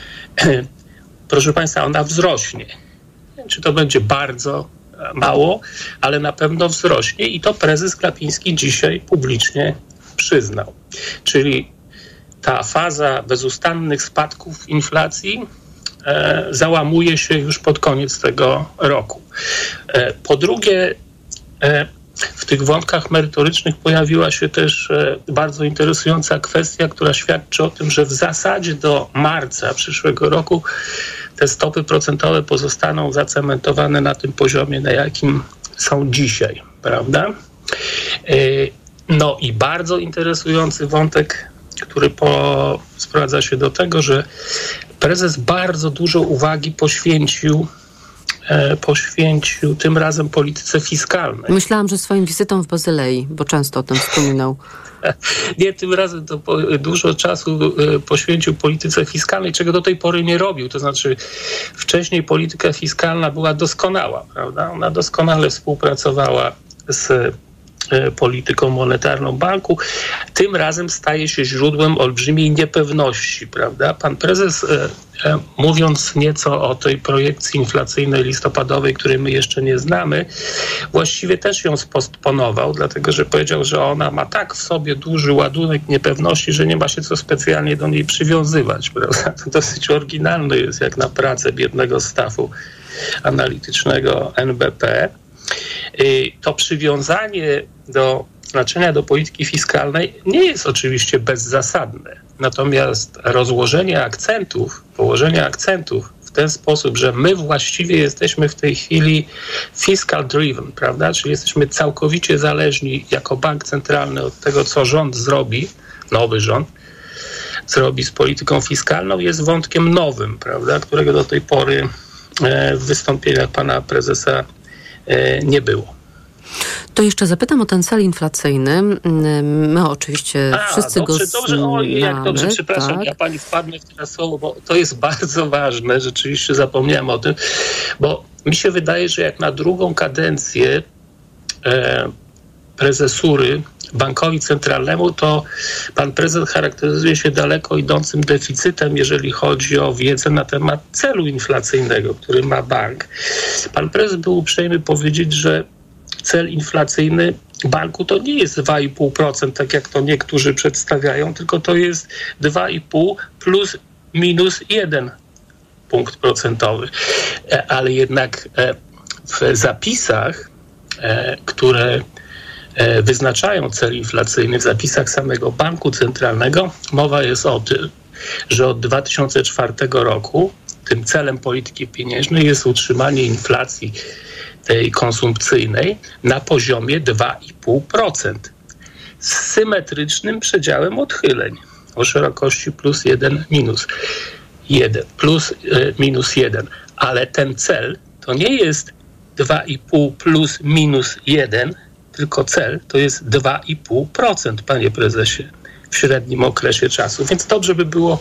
Proszę państwa, ona wzrośnie. Nie wiem, czy to będzie bardzo mało, ale na pewno wzrośnie i to prezes Glapiński dzisiaj publicznie przyznał. Czyli ta faza bezustannych spadków inflacji e, załamuje się już pod koniec tego roku. E, po drugie, e, w tych wątkach merytorycznych pojawiła się też e, bardzo interesująca kwestia, która świadczy o tym, że w zasadzie do marca przyszłego roku te stopy procentowe pozostaną zacementowane na tym poziomie, na jakim są dzisiaj, prawda? E, no i bardzo interesujący wątek, który po, sprowadza się do tego, że prezes bardzo dużo uwagi poświęcił e, poświęcił tym razem polityce fiskalnej. Myślałam, że swoją wizytą w Bazylei, bo często o tym wspominał. Nie, tym razem to po, dużo czasu e, poświęcił polityce fiskalnej, czego do tej pory nie robił. To znaczy wcześniej polityka fiskalna była doskonała, prawda? Ona doskonale współpracowała z polityką monetarną banku, tym razem staje się źródłem olbrzymiej niepewności, prawda? Pan prezes, e, e, mówiąc nieco o tej projekcji inflacyjnej listopadowej, której my jeszcze nie znamy, właściwie też ją spostponował, dlatego że powiedział, że ona ma tak w sobie duży ładunek niepewności, że nie ma się co specjalnie do niej przywiązywać, prawda? To dosyć oryginalne jest jak na pracę biednego stafu analitycznego N B P. To przywiązanie do znaczenia do polityki fiskalnej nie jest oczywiście bezzasadne. Natomiast rozłożenie akcentów, położenie akcentów w ten sposób, że my właściwie jesteśmy w tej chwili fiscal driven, prawda? Czyli jesteśmy całkowicie zależni jako bank centralny od tego, co rząd zrobi, nowy rząd zrobi z polityką fiskalną, jest wątkiem nowym, prawda? Którego do tej pory w wystąpieniach pana prezesa nie było. To jeszcze zapytam o ten cel inflacyjny. My oczywiście A, wszyscy dobrze, go dobrze, znamy. oj, jak dobrze, przepraszam, tak. ja pani wpadnę w teraz słowo, bo to jest bardzo ważne, rzeczywiście zapomniałem o tym, bo mi się wydaje, że jak na drugą kadencję e, prezesury bankowi centralnemu, to pan prezes charakteryzuje się daleko idącym deficytem, jeżeli chodzi o wiedzę na temat celu inflacyjnego, który ma bank. Pan prezes był uprzejmy powiedzieć, że cel inflacyjny banku to nie jest dwa i pół procent, tak jak to niektórzy przedstawiają, tylko to jest dwa i pół plus minus jeden punkt procentowy. Ale jednak w zapisach, które wyznaczają cel inflacyjny, w zapisach samego banku centralnego mowa jest o tym, że od dwa tysiące czwartego roku tym celem polityki pieniężnej jest utrzymanie inflacji tej konsumpcyjnej na poziomie dwa i pół procent z symetrycznym przedziałem odchyleń o szerokości plus jeden minus jeden, plus y, minus jeden. Ale ten cel to nie jest dwa i pół plus minus jeden, tylko cel to jest dwa i pół procent, panie prezesie, w średnim okresie czasu. Więc dobrze by było,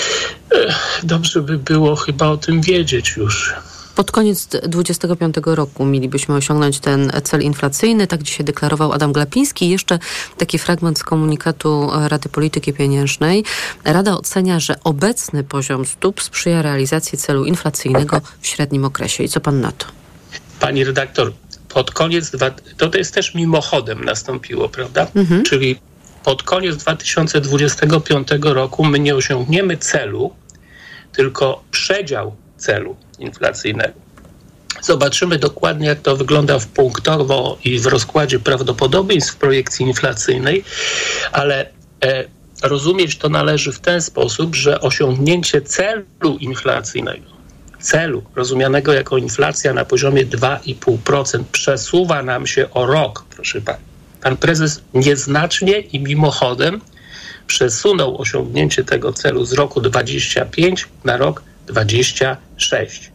dobrze by było chyba o tym wiedzieć już. Pod koniec dwudziestego piątego roku mielibyśmy osiągnąć ten cel inflacyjny, tak dzisiaj deklarował Adam Glapiński. Jeszcze taki fragment z komunikatu Rady Polityki Pieniężnej. Rada ocenia, że obecny poziom stóp sprzyja realizacji celu inflacyjnego w średnim okresie. I co pan na to? Pani redaktor, pod koniec, dwa, to, to jest też mimochodem nastąpiło, prawda? Mhm. Czyli pod koniec dwa tysiące dwudziestego piątego roku my nie osiągniemy celu, tylko przedział celu inflacyjnego. Zobaczymy dokładnie, jak to wygląda w punktowo i w rozkładzie prawdopodobieństw w projekcji inflacyjnej, ale e, rozumieć to należy w ten sposób, że osiągnięcie celu inflacyjnego, celu rozumianego jako inflacja na poziomie dwa i pół procent przesuwa nam się o rok, proszę pani. Pan prezes nieznacznie i mimochodem przesunął osiągnięcie tego celu z roku dwudziestego piątego na rok dwudziesty szósty.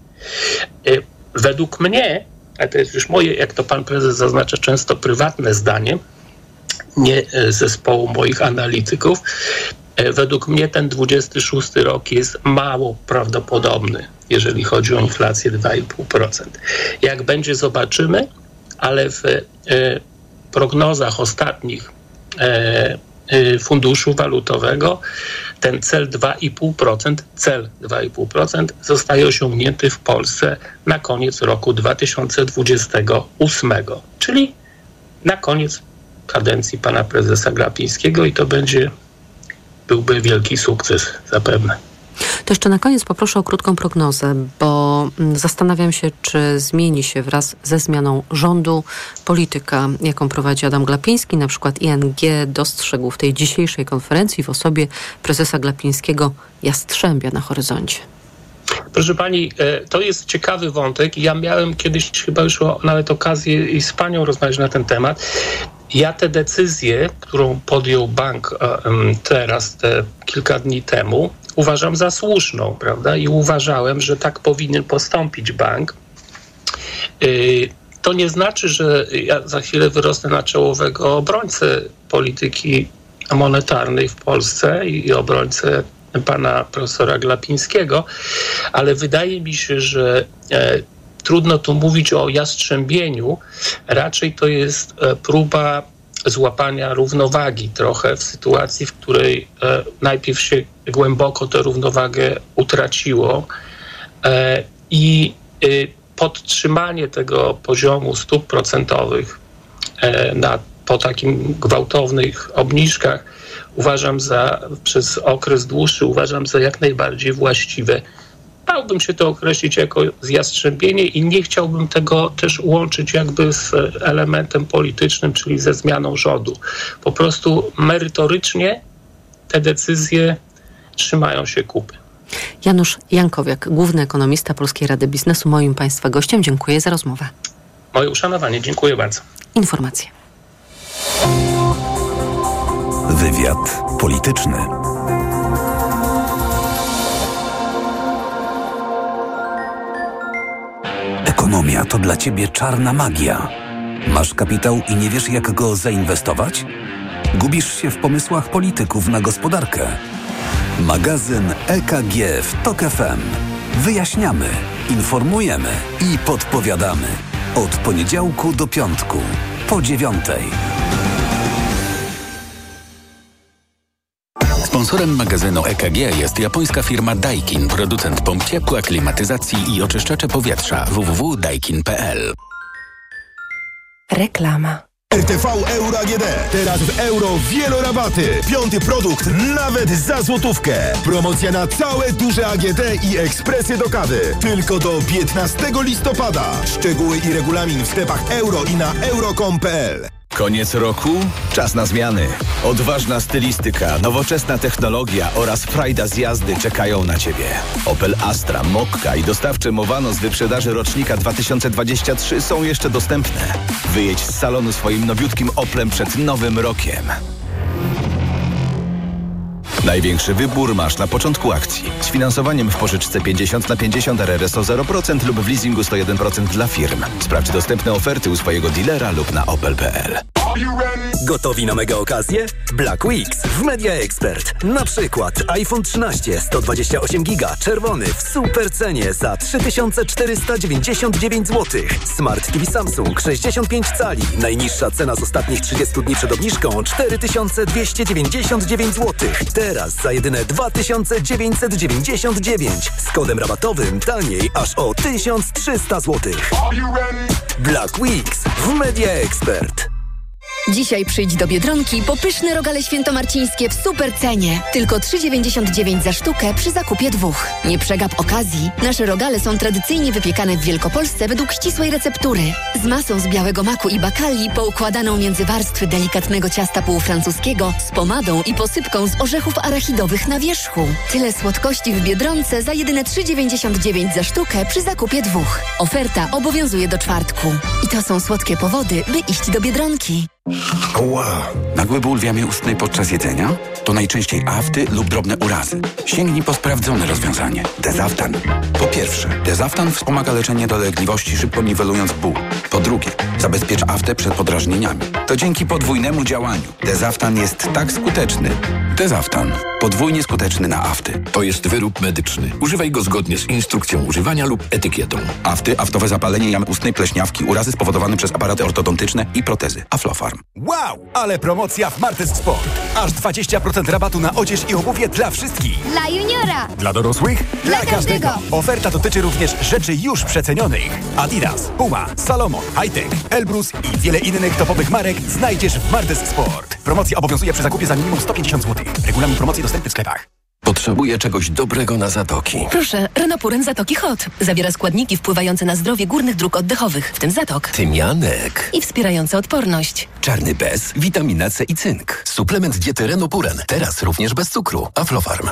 Według mnie, a to jest już moje, jak to pan prezes zaznacza, często prywatne zdanie, nie zespołu moich analityków, według mnie ten dwudziesty szósty rok jest mało prawdopodobny, jeżeli chodzi o inflację dwa i pół procent. Jak będzie, zobaczymy, ale w e, prognozach ostatnich e, e, Funduszu Walutowego ten cel dwa i pół procent, cel dwa i pół procent zostaje osiągnięty w Polsce na koniec roku dwa tysiące dwudziestego ósmego, czyli na koniec kadencji pana prezesa Glapińskiego i to będzie byłby wielki sukces zapewne. To jeszcze na koniec poproszę o krótką prognozę, bo zastanawiam się, czy zmieni się wraz ze zmianą rządu polityka, jaką prowadzi Adam Glapiński. Na przykład I N G dostrzegł w tej dzisiejszej konferencji w osobie prezesa Glapińskiego jastrzębia na horyzoncie. Proszę pani, to jest ciekawy wątek. Ja miałem kiedyś chyba już nawet okazję i z panią rozmawiać na ten temat. Ja tę decyzję, którą podjął bank teraz, te kilka dni temu, uważam za słuszną, prawda? I uważałem, że tak powinien postąpić bank, To nie znaczy, że ja za chwilę wyrosnę na czołowego obrońcę polityki monetarnej w Polsce i obrońcę pana profesora Glapińskiego, ale wydaje mi się, że e, trudno tu mówić o jastrzębieniu. Raczej to jest e, próba złapania równowagi trochę w sytuacji, w której e, najpierw się głęboko tę równowagę utraciło e, i e, podtrzymanie tego poziomu stóp procentowych e, na, po takim gwałtownych obniżkach uważam za, przez okres dłuższy, uważam za jak najbardziej właściwe. Dałbym się to określić jako zjastrzębienie i nie chciałbym tego też łączyć jakby z elementem politycznym, czyli ze zmianą rządu. Po prostu merytorycznie te decyzje trzymają się kupy. Janusz Jankowiak, główny ekonomista Polskiej Rady Biznesu, moim Państwa gościem. Dziękuję za rozmowę. Moje uszanowanie. Dziękuję bardzo. Informacje. Wywiad polityczny. Ekonomia to dla ciebie czarna magia. Masz kapitał i nie wiesz, jak go zainwestować? Gubisz się w pomysłach polityków na gospodarkę. Magazyn E K G w TOK F M. Wyjaśniamy, informujemy i podpowiadamy. Od poniedziałku do piątku, po dziewiątej. Sponsorem magazynu E K G jest japońska firma Daikin, producent pomp ciepła, klimatyzacji i oczyszczacze powietrza. w w w kropka daikin kropka p l. Reklama. R T V Euro A G D. Teraz w euro wielorabaty. Piąty produkt nawet za złotówkę. Promocja na całe duże A G D i ekspresy do kawy. Tylko do piętnastego listopada. Szczegóły i regulamin w sklepach euro i na euro kropka com kropka p l. Koniec roku? Czas na zmiany. Odważna stylistyka, nowoczesna technologia oraz frajda z jazdy czekają na Ciebie. Opel Astra, Mokka i dostawcze Movano z wyprzedaży rocznika dwa tysiące dwudziestego trzeciego są jeszcze dostępne. Wyjedź z salonu swoim nowiutkim Oplem przed nowym rokiem. Największy wybór masz na początku akcji. Z finansowaniem w pożyczce pięćdziesiąt na pięćdziesiąt R R S O zero procent lub w leasingu sto jeden procent dla firm. Sprawdź dostępne oferty u swojego dealera lub na opel kropka p l. Gotowi na mega okazję? Black Weeks w Media Expert. Na przykład iPhone trzynaście sto dwadzieścia osiem giga czerwony w super cenie za trzy tysiące czterysta dziewięćdziesiąt dziewięć złotych. Smart T V Samsung sześćdziesiąt pięć cali. Najniższa cena z ostatnich trzydziestu dni przed obniżką cztery tysiące dwieście dziewięćdziesiąt dziewięć złotych. Teraz za jedyne dwa tysiące dziewięćset dziewięćdziesiąt dziewięć. Z kodem rabatowym taniej aż o tysiąc trzysta złotych. Black Weeks w Media Expert. Dzisiaj przyjdź do Biedronki po pyszne rogale świętomarcińskie w super cenie. Tylko trzy dziewięćdziesiąt dziewięć za sztukę przy zakupie dwóch. Nie przegap okazji. Nasze rogale są tradycyjnie wypiekane w Wielkopolsce według ścisłej receptury. Z masą z białego maku i bakali poukładaną między warstwy delikatnego ciasta półfrancuskiego z pomadą i posypką z orzechów arachidowych na wierzchu. Tyle słodkości w Biedronce za jedyne trzy dziewięćdziesiąt dziewięć za sztukę przy zakupie dwóch. Oferta obowiązuje do czwartku. I to są słodkie powody, by iść do Biedronki. Ła! Nagły ból w jamie ustnej podczas jedzenia? To najczęściej afty lub drobne urazy. Sięgnij po sprawdzone rozwiązanie. Dezaftan. Po pierwsze, Dezaftan wspomaga leczenie dolegliwości, szybko niwelując ból. Po drugie, zabezpiecz aftę przed podrażnieniami. To dzięki podwójnemu działaniu. Dezaftan jest tak skuteczny. Dezaftan. Podwójnie skuteczny na afty. To jest wyrób medyczny. Używaj go zgodnie z instrukcją używania lub etykietą. Afty, aftowe zapalenie jamy ustnej, pleśniawki, urazy spowodowane przez aparaty ortodontyczne i protezy. Aflofarm. Wow! Ale promocja w Martes Sport. Aż dwadzieścia procent rabatu na odzież i obuwie dla wszystkich. Dla juniora. Dla dorosłych? Dla każdego. Oferta dotyczy również rzeczy już przecenionych. Adidas, Puma, Salomon, Hightech, Elbrus i wiele innych topowych marek znajdziesz w Martes Sport. Promocja obowiązuje przy zakupie za minimum sto pięćdziesiąt złotych. Regulamin promocji dostępny w sklepach. Potrzebuję czegoś dobrego na zatoki. Proszę, Renopuren Zatoki Hot. Zawiera składniki wpływające na zdrowie górnych dróg oddechowych, w tym zatok. Tymianek. I wspierające odporność. Czarny bez, witamina C i cynk. Suplement diety Renopuren. Teraz również bez cukru. Aflofarm.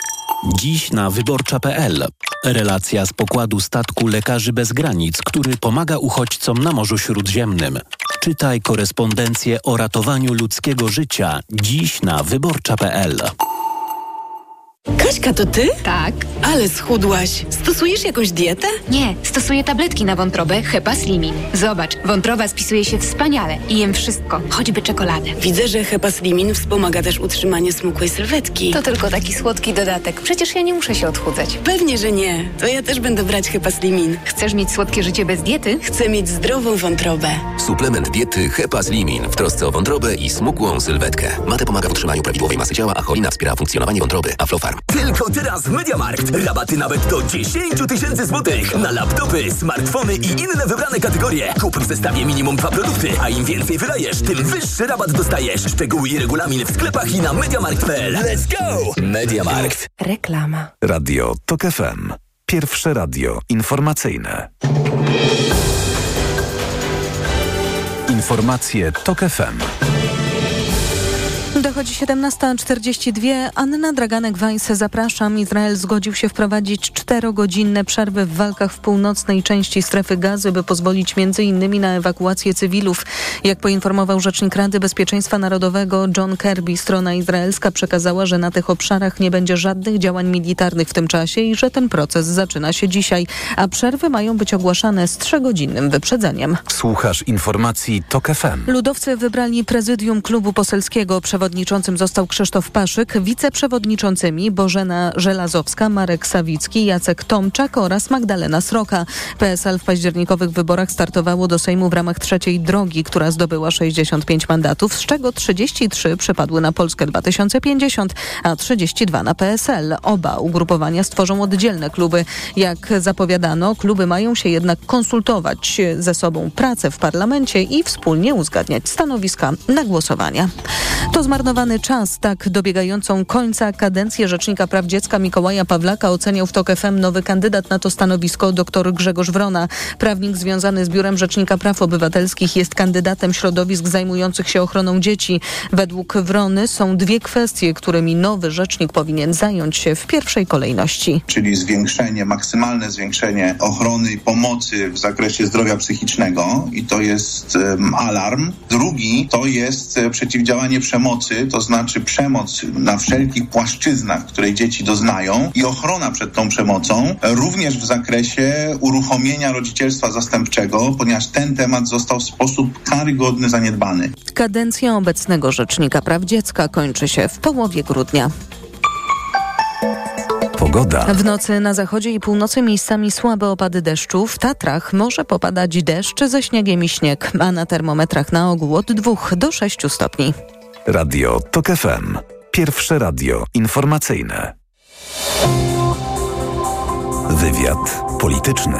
Dziś na wyborcza kropka p l. Relacja z pokładu statku Lekarzy Bez Granic, który pomaga uchodźcom na Morzu Śródziemnym. Czytaj korespondencję o ratowaniu ludzkiego życia dziś na wyborcza kropka p l. Kaśka, to ty? Tak. Ale schudłaś. Stosujesz jakąś dietę? Nie, stosuję tabletki na wątrobę Hepaslimin. Zobacz, wątroba spisuje się wspaniale i jem wszystko, choćby czekoladę. Widzę, że Hepaslimin wspomaga też utrzymanie smukłej sylwetki. To tylko taki słodki dodatek. Przecież ja nie muszę się odchudzać. Pewnie, że nie. To ja też będę brać Hepaslimin. Chcesz mieć słodkie życie bez diety? Chcę mieć zdrową wątrobę. Suplement diety Hepaslimin w trosce o wątrobę i smukłą sylwetkę. Mate pomaga w utrzymaniu prawidłowej masy ciała, a cholina wspiera funkcjonowanie wątroby. Aflofarm. Tylko teraz w MediaMarkt. Rabaty nawet do dziesięć tysięcy złotych na laptopy, smartfony i inne wybrane kategorie. Kup w zestawie minimum dwa produkty, a im więcej wydajesz, tym wyższy rabat dostajesz. Szczegóły i regulamin w sklepach i na mediamarkt kropka p l. Let's go! MediaMarkt. Reklama. Radio TOK F M. Pierwsze radio informacyjne. Informacje TOK F M. Dochodzi siedemnasta czterdzieści dwa. Anna Draganek-Weiss, zapraszam. Izrael zgodził się wprowadzić czterogodzinne przerwy w walkach w północnej części strefy Gazy, by pozwolić między innymi na ewakuację cywilów. Jak poinformował rzecznik Rady Bezpieczeństwa Narodowego John Kirby, strona izraelska przekazała, że na tych obszarach nie będzie żadnych działań militarnych w tym czasie i że ten proces zaczyna się dzisiaj, a przerwy mają być ogłaszane z trzygodzinnym wyprzedzeniem. Słuchasz informacji TOK F M. Ludowcy wybrali prezydium klubu poselskiego. Przewodniczącym został Krzysztof Paszyk, wiceprzewodniczącymi Bożena Żelazowska, Marek Sawicki, Jacek Tomczak oraz Magdalena Sroka. P S L w październikowych wyborach startowało do Sejmu w ramach trzeciej drogi, która zdobyła sześćdziesiąt pięć mandatów, z czego trzydzieści trzy przypadły na Polskę dwa tysiące pięćdziesiąt, a trzydzieści dwa na P S L. Oba ugrupowania stworzą oddzielne kluby. Jak zapowiadano, kluby mają się jednak konsultować ze sobą pracę w parlamencie i wspólnie uzgadniać stanowiska na głosowania. To zmarnowany czas. Tak dobiegającą końca kadencję Rzecznika Praw Dziecka Mikołaja Pawlaka oceniał w TOK F M nowy kandydat na to stanowisko, dr Grzegorz Wrona. Prawnik związany z Biurem Rzecznika Praw Obywatelskich jest kandydatem środowisk zajmujących się ochroną dzieci. Według Wrony są dwie kwestie, którymi nowy rzecznik powinien zająć się w pierwszej kolejności. Czyli zwiększenie, maksymalne zwiększenie ochrony i pomocy w zakresie zdrowia psychicznego i to jest um, alarm. Drugi to jest przeciwdziałanie przemocy, to znaczy przemoc na wszelkich płaszczyznach, której dzieci doznają i ochrona przed tą przemocą, również w zakresie uruchomienia rodzicielstwa zastępczego, ponieważ ten temat został w sposób karygodny zaniedbany. Kadencja obecnego Rzecznika Praw Dziecka kończy się w połowie grudnia. Pogoda. W nocy na zachodzie i północy miejscami słabe opady deszczu. W Tatrach może popadać deszcz ze śniegiem i śnieg, a na termometrach na ogół od dwóch do sześciu stopni. Radio TOK F M. Pierwsze radio informacyjne. Wywiad polityczny.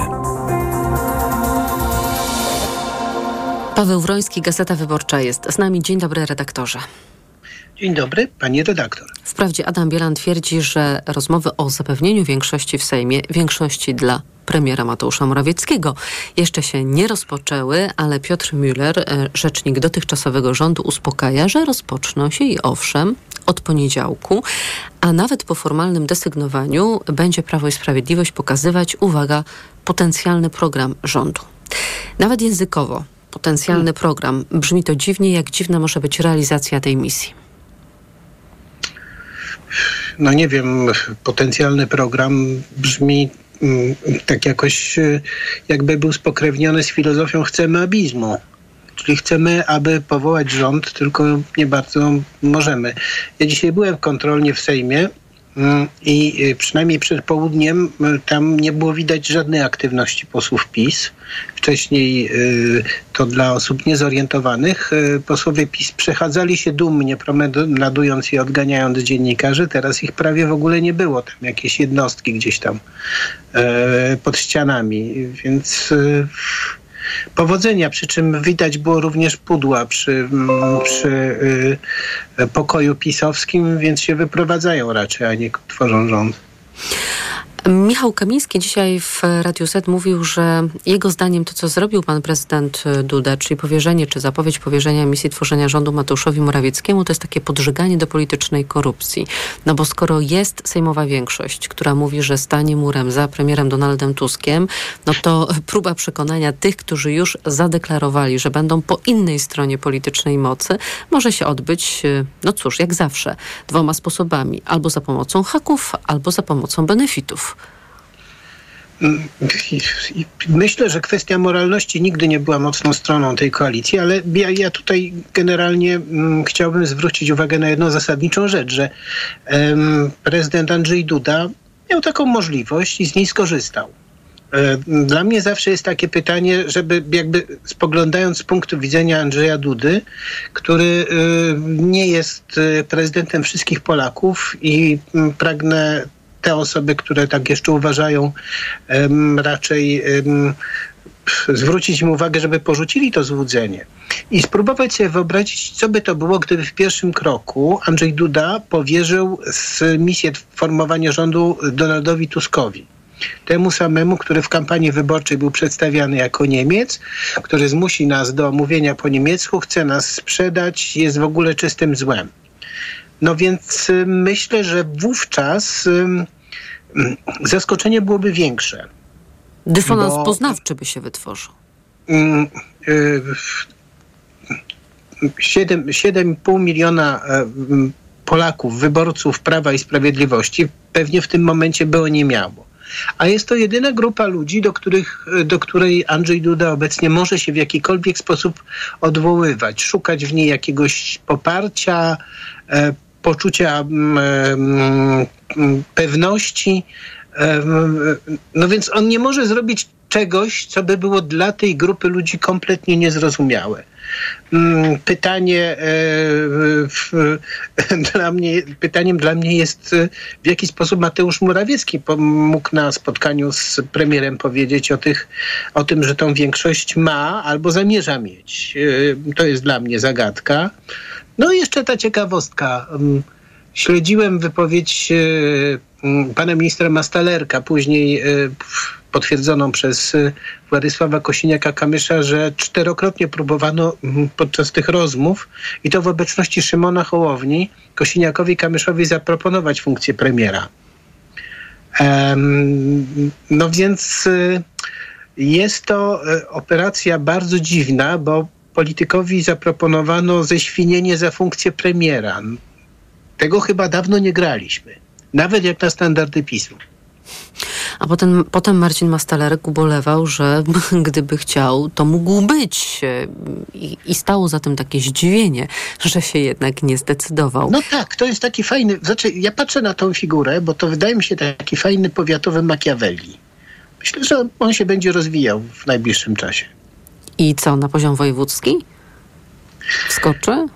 Paweł Wroński, Gazeta Wyborcza jest z nami. Dzień dobry, redaktorze. Dzień dobry, pani redaktor. Wprawdzie Adam Bielan twierdzi, że rozmowy o zapewnieniu większości w Sejmie, większości dla premiera Mateusza Morawieckiego jeszcze się nie rozpoczęły, ale Piotr Müller, rzecznik dotychczasowego rządu, uspokaja, że rozpoczną się i owszem, od poniedziałku, a nawet po formalnym desygnowaniu będzie Prawo i Sprawiedliwość pokazywać, uwaga, potencjalny program rządu. Nawet językowo potencjalny program. Brzmi to dziwnie, jak dziwna może być realizacja tej misji. No nie wiem, potencjalny program brzmi mm, tak jakoś, jakby był spokrewniony z filozofią chcemy abizmu. Czyli chcemy, aby powołać rząd, tylko nie bardzo możemy. Ja dzisiaj byłem kontrolnie w Sejmie i przynajmniej przed południem tam nie było widać żadnej aktywności posłów PiS. Wcześniej to dla osób niezorientowanych posłowie PiS przechadzali się dumnie, promenadując i odganiając dziennikarzy. Teraz ich prawie w ogóle nie było. Tam jakieś jednostki gdzieś tam pod ścianami. Więc powodzenia, przy czym widać było również pudła przy, przy y, pokoju pisowskim, więc się wyprowadzają raczej, a nie tworzą rząd. Michał Kamiński dzisiaj w Radiu Z mówił, że jego zdaniem to, co zrobił pan prezydent Duda, czyli powierzenie, czy zapowiedź powierzenia misji tworzenia rządu Mateuszowi Morawieckiemu, to jest takie podżeganie do politycznej korupcji. No bo skoro jest sejmowa większość, która mówi, że stanie murem za premierem Donaldem Tuskiem, no to próba przekonania tych, którzy już zadeklarowali, że będą po innej stronie politycznej mocy, może się odbyć, no cóż, jak zawsze, dwoma sposobami. Albo za pomocą haków, albo za pomocą benefitów. Myślę, że kwestia moralności nigdy nie była mocną stroną tej koalicji, ale ja, ja tutaj generalnie mm, chciałbym zwrócić uwagę na jedną zasadniczą rzecz, że em, prezydent Andrzej Duda miał taką możliwość i z niej skorzystał. Dla mnie zawsze jest takie pytanie, żeby jakby spoglądając z punktu widzenia Andrzeja Dudy, który nie jest prezydentem wszystkich Polaków i pragnę te osoby, które tak jeszcze uważają, raczej zwrócić im uwagę, żeby porzucili to złudzenie i spróbować sobie wyobrazić, co by to było, gdyby w pierwszym kroku Andrzej Duda powierzył misję formowania rządu Donaldowi Tuskowi. Temu samemu, który w kampanii wyborczej był przedstawiany jako Niemiec, który zmusi nas do mówienia po niemiecku, chce nas sprzedać, jest w ogóle czystym złem. No więc myślę, że wówczas zaskoczenie byłoby większe. Dysonans bo, poznawczy by się wytworzył. siedem i pół miliona Polaków, wyborców Prawa i Sprawiedliwości pewnie w tym momencie by o nie miało. A jest to jedyna grupa ludzi, do, których, do której Andrzej Duda obecnie może się w jakikolwiek sposób odwoływać, szukać w niej jakiegoś poparcia, e, poczucia m, m, pewności. E, no więc on nie może zrobić czegoś, co by było dla tej grupy ludzi kompletnie niezrozumiałe. Pytanie w, dla mnie, pytaniem dla mnie jest, w jaki sposób Mateusz Morawiecki mógł na spotkaniu z premierem powiedzieć o, tych, o tym, że tą większość ma albo zamierza mieć. To jest dla mnie zagadka. No i jeszcze ta ciekawostka. Śledziłem wypowiedź pana ministra Mastalerka, później potwierdzoną przez Władysława Kosiniaka-Kamysza, że czterokrotnie próbowano podczas tych rozmów i to w obecności Szymona Hołowni Kosiniakowi Kamyszowi zaproponować funkcję premiera. No więc jest to operacja bardzo dziwna, bo politykowi zaproponowano ześwinienie za funkcję premiera. Tego chyba dawno nie graliśmy. Nawet jak na standardy PiSu. A potem, potem Marcin Mastalerek ubolewał, że gdyby chciał, to mógł być. I, I stało za tym takie zdziwienie, że się jednak nie zdecydował. No tak, to jest taki fajny... Znaczy, ja patrzę na tą figurę, bo to wydaje mi się taki fajny powiatowy Machiavelli. Myślę, że on się będzie rozwijał w najbliższym czasie. I co, na poziom wojewódzki? Wskoczy?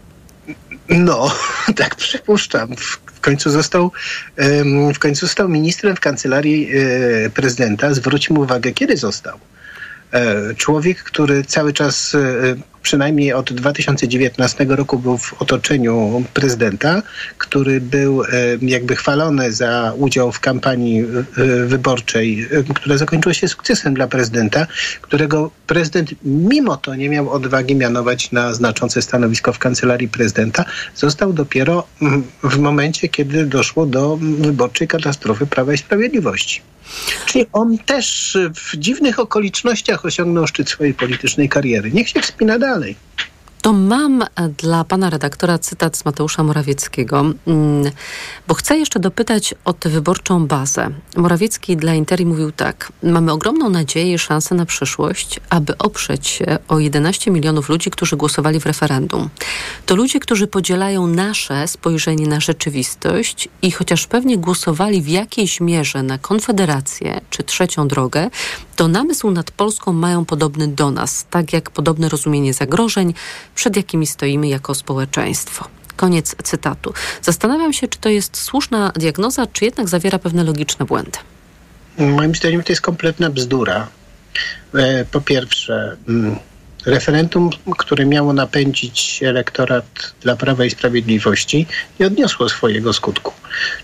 No, tak przypuszczam. W końcu został, w końcu został ministrem w kancelarii prezydenta. Zwróćmy uwagę, kiedy został. Człowiek, który cały czas, przynajmniej od dwa tysiące dziewiętnastego roku był w otoczeniu prezydenta, który był jakby chwalony za udział w kampanii wyborczej, która zakończyła się sukcesem dla prezydenta, którego prezydent mimo to nie miał odwagi mianować na znaczące stanowisko w kancelarii prezydenta, został dopiero w momencie, kiedy doszło do wyborczej katastrofy Prawa i Sprawiedliwości. Czyli on też w dziwnych okolicznościach osiągnął szczyt swojej politycznej kariery. Niech się wspina dalej. To mam dla pana redaktora cytat z Mateusza Morawieckiego, bo chcę jeszcze dopytać o tę wyborczą bazę. Morawiecki dla Interi mówił tak: mamy ogromną nadzieję i szansę na przyszłość, aby oprzeć się o jedenaście milionów ludzi, którzy głosowali w referendum. To ludzie, którzy podzielają nasze spojrzenie na rzeczywistość i chociaż pewnie głosowali w jakiejś mierze na Konfederację czy Trzecią Drogę, to namysł nad Polską mają podobny do nas, tak jak podobne rozumienie zagrożeń, przed jakimi stoimy jako społeczeństwo. Koniec cytatu. Zastanawiam się, czy to jest słuszna diagnoza, czy jednak zawiera pewne logiczne błędy. Moim zdaniem to jest kompletna bzdura. Po pierwsze, referendum, które miało napędzić elektorat dla Prawa i Sprawiedliwości, nie odniosło swojego skutku.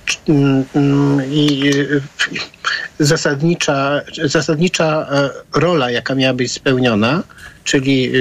I zasadnicza, zasadnicza rola, jaka miała być spełniona, czyli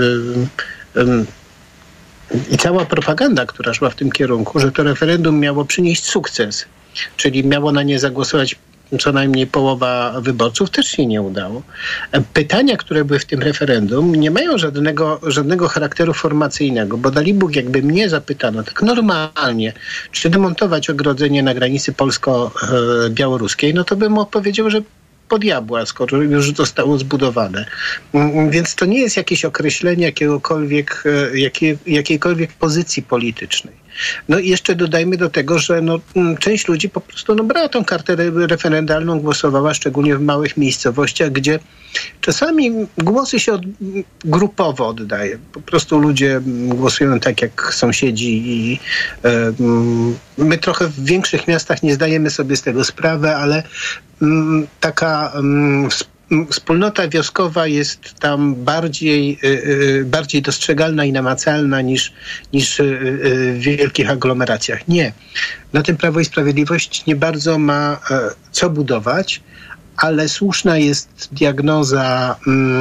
i cała propaganda, która szła w tym kierunku, że to referendum miało przynieść sukces, czyli miało na nie zagłosować co najmniej połowa wyborców, też się nie udało. Pytania, które były w tym referendum, nie mają żadnego, żadnego charakteru formacyjnego, bo dali Bóg, jakby mnie zapytano tak normalnie, czy demontować ogrodzenie na granicy polsko-białoruskiej, no to bym odpowiedział, że po diabła, skoro już zostało zbudowane. Więc to nie jest jakieś określenie jakiegokolwiek, jakiej, jakiejkolwiek pozycji politycznej. No i jeszcze dodajmy do tego, że no, część ludzi po prostu no, brała tą kartę referendalną, głosowała, szczególnie w małych miejscowościach, gdzie czasami głosy się od, grupowo oddaje. Po prostu ludzie głosują tak, jak sąsiedzi i e, my trochę w większych miastach nie zdajemy sobie z tego sprawy, ale m, taka m, wspólnota wioskowa jest tam bardziej, y, bardziej dostrzegalna i namacalna niż, niż y, w wielkich aglomeracjach. Nie. Na tym Prawo i Sprawiedliwość nie bardzo ma y, co budować, ale słuszna jest diagnoza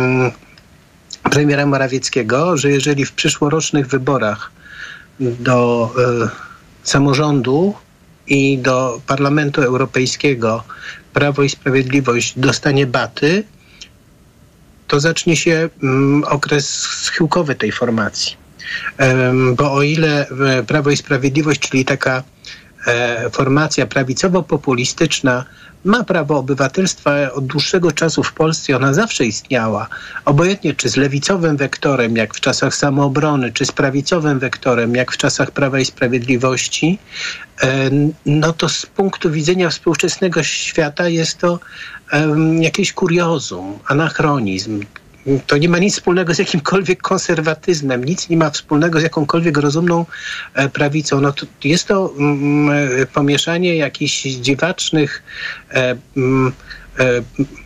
y, premiera Morawieckiego, że jeżeli w przyszłorocznych wyborach do y, samorządu i do Parlamentu Europejskiego Prawo i Sprawiedliwość dostanie baty, to zacznie się um, okres schyłkowy tej formacji. Um, bo o ile Prawo i Sprawiedliwość, czyli taka e, formacja prawicowo-populistyczna, ma prawo obywatelstwa od dłuższego czasu w Polsce, ona zawsze istniała. Obojętnie czy z lewicowym wektorem, jak w czasach Samoobrony, czy z prawicowym wektorem, jak w czasach Prawa i Sprawiedliwości, no to z punktu widzenia współczesnego świata jest to um, jakieś kuriozum, anachronizm. To nie ma nic wspólnego z jakimkolwiek konserwatyzmem, nic nie ma wspólnego z jakąkolwiek rozumną e, prawicą. No to jest to mm, pomieszanie jakichś dziwacznych, e, mm, e,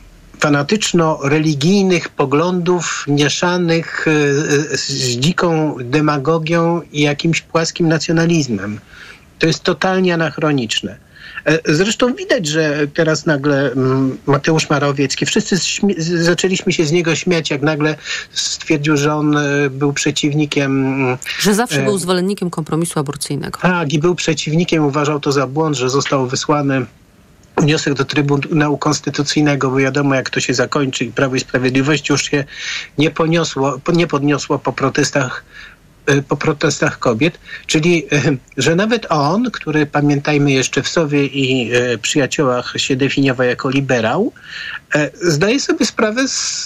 fanatyczno-religijnych poglądów mieszanych e, z dziką demagogią i jakimś płaskim nacjonalizmem. To jest totalnie anachroniczne. Zresztą widać, że teraz nagle Mateusz Morawiecki, wszyscy śmie- zaczęliśmy się z niego śmiać, jak nagle stwierdził, że on był przeciwnikiem... Że zawsze był zwolennikiem kompromisu aborcyjnego. Tak, i był przeciwnikiem, uważał to za błąd, że został wysłany wniosek do Trybunału Konstytucyjnego, bo wiadomo, jak to się zakończy i Prawo i Sprawiedliwość już się nie poniosło, nie podniosło po protestach po protestach kobiet, czyli że nawet on, który pamiętajmy jeszcze w Sowie i e, Przyjaciołach się definiował jako liberał, e, zdaje sobie sprawę z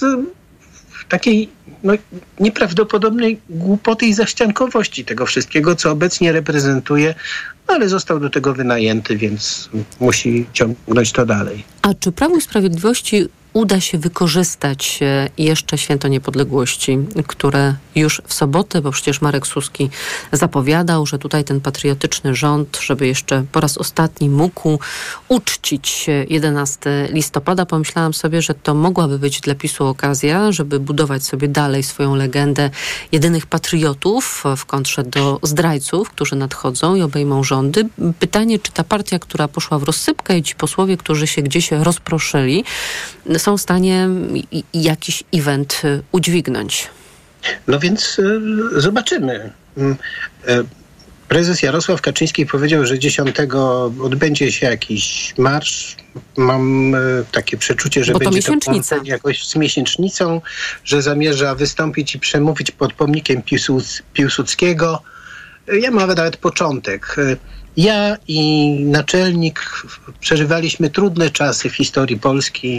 takiej no, nieprawdopodobnej głupoty i zaściankowości tego wszystkiego, co obecnie reprezentuje, no, ale został do tego wynajęty, więc musi ciągnąć to dalej. A czy Prawu i Sprawiedliwości uda się wykorzystać jeszcze Święto Niepodległości, które już w sobotę, bo przecież Marek Suski zapowiadał, że tutaj ten patriotyczny rząd, żeby jeszcze po raz ostatni mógł uczcić jedenastego listopada. Pomyślałam sobie, że to mogłaby być dla PiSu okazja, żeby budować sobie dalej swoją legendę jedynych patriotów w kontrze do zdrajców, którzy nadchodzą i obejmą rządy. Pytanie, czy ta partia, która poszła w rozsypkę i ci posłowie, którzy się gdzieś rozproszyli, są w stanie jakiś event udźwignąć? No więc y, zobaczymy. Y, prezes Jarosław Kaczyński powiedział, że dziesiątego odbędzie się jakiś marsz. Mam y, takie przeczucie, że Bo to będzie miesięcznica. to jakoś z miesięcznicą, że zamierza wystąpić i przemówić pod pomnikiem Piłsuc- Piłsudskiego. Ja mam nawet początek. Ja i naczelnik przeżywaliśmy trudne czasy w historii Polski.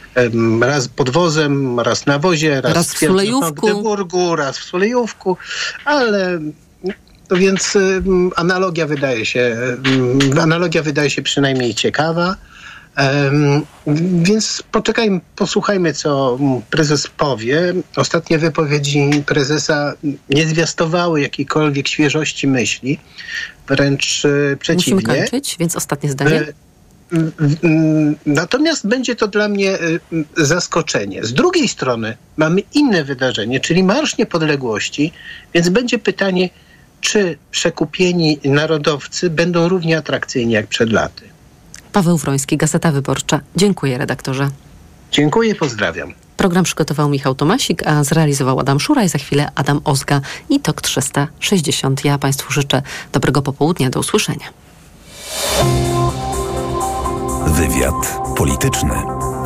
Raz pod wozem, raz na wozie, raz, raz w Sulejówku. W Magdeburgu, raz w Sulejówku, ale no więc um, analogia wydaje się, um, analogia wydaje się przynajmniej ciekawa. Um, więc poczekajmy, posłuchajmy, co prezes powie. Ostatnie wypowiedzi prezesa nie zwiastowały jakiejkolwiek świeżości myśli, wręcz e, przeciwnie. Musimy kończyć, więc ostatnie zdanie. E, Natomiast będzie to dla mnie zaskoczenie. Z drugiej strony mamy inne wydarzenie, czyli Marsz Niepodległości, więc będzie pytanie, czy przekupieni narodowcy będą równie atrakcyjni jak przed laty. Paweł Wroński, Gazeta Wyborcza. Dziękuję, redaktorze. Dziękuję, pozdrawiam. Program przygotował Michał Tomasik, a zrealizował Adam Szura i za chwilę Adam Ozga i Tok trzysta sześćdziesiąt. Ja Państwu życzę dobrego popołudnia. Do usłyszenia. Wywiad polityczny.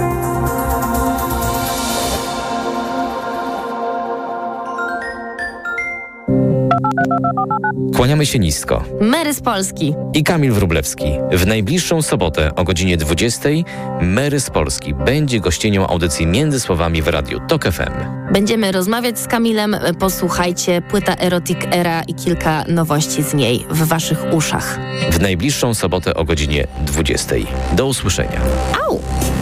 Kłaniamy się nisko. Mary z Polski I Kamil Wróblewski. W najbliższą sobotę o godzinie dwudziestej Mary z Polski będzie gościnią audycji Między Słowami w Radiu Tok F M. Będziemy rozmawiać z Kamilem. Posłuchajcie, płyta Erotic Era i kilka nowości z niej w waszych uszach. W najbliższą sobotę o godzinie dwudziestej. Do usłyszenia. Au!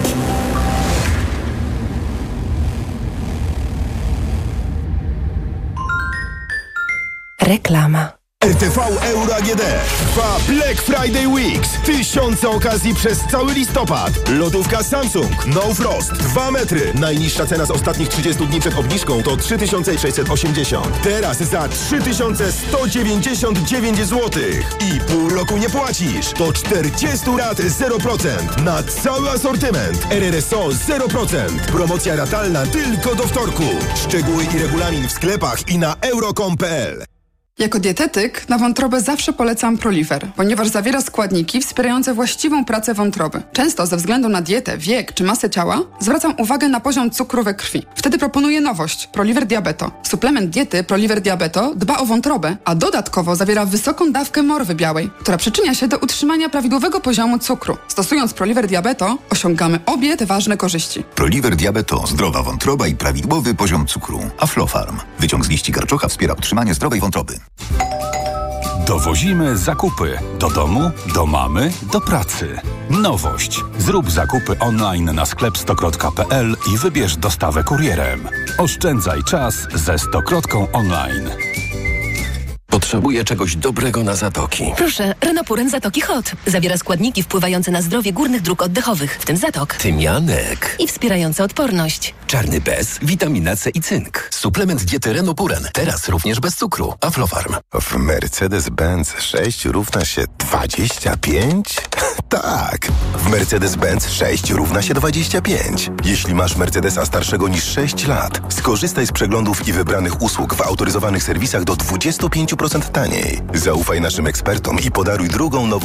Reklama. R T V Euro A G D trwa Black Friday Weeks. Tysiące okazji przez cały listopad. Lodówka Samsung No Frost dwa metry. Najniższa cena z ostatnich trzydziestu dni przed obniżką to trzy tysiące sześćset osiemdziesiąt. Teraz za trzy tysiące sto dziewięćdziesiąt dziewięć złotych. I pół roku nie płacisz. To czterdzieści rat zero procent. Na cały asortyment. R R S O zero procent. Promocja ratalna tylko do wtorku. Szczegóły i regulamin w sklepach i na euro kropka com kropka p l. Jako dietetyk na wątrobę zawsze polecam Proliver, ponieważ zawiera składniki wspierające właściwą pracę wątroby. Często ze względu na dietę, wiek czy masę ciała zwracam uwagę na poziom cukru we krwi. Wtedy proponuję nowość – Proliver Diabeto. Suplement diety Proliver Diabeto dba o wątrobę, a dodatkowo zawiera wysoką dawkę morwy białej, która przyczynia się do utrzymania prawidłowego poziomu cukru. Stosując Proliver Diabeto osiągamy obie te ważne korzyści. Proliver Diabeto – zdrowa wątroba i prawidłowy poziom cukru. Aflofarm. Wyciąg z liści karczocha wspiera utrzymanie zdrowej wątroby. Dowozimy zakupy do domu, do mamy, do pracy. Nowość. Zrób zakupy online na sklep sto kropka p l i wybierz dostawę kurierem. Oszczędzaj czas ze Stokrotką online. Potrzebuję czegoś dobrego na zatoki. Proszę, Renopuren Zatoki Hot. Zawiera składniki wpływające na zdrowie górnych dróg oddechowych, w tym zatok. Tymianek. I wspierające odporność. Czarny bez, witamina C i cynk. Suplement diety Renopuren. Teraz również bez cukru. Aflofarm. W Mercedes-Benz sześć równa się dwadzieścia pięć? Tak. W Mercedes-Benz sześć równa się dwadzieścia pięć. Jeśli masz Mercedesa starszego niż sześć lat, skorzystaj z przeglądów i wybranych usług w autoryzowanych serwisach do dwadzieścia pięć procent taniej. Zaufaj naszym ekspertom i podaruj drugą nową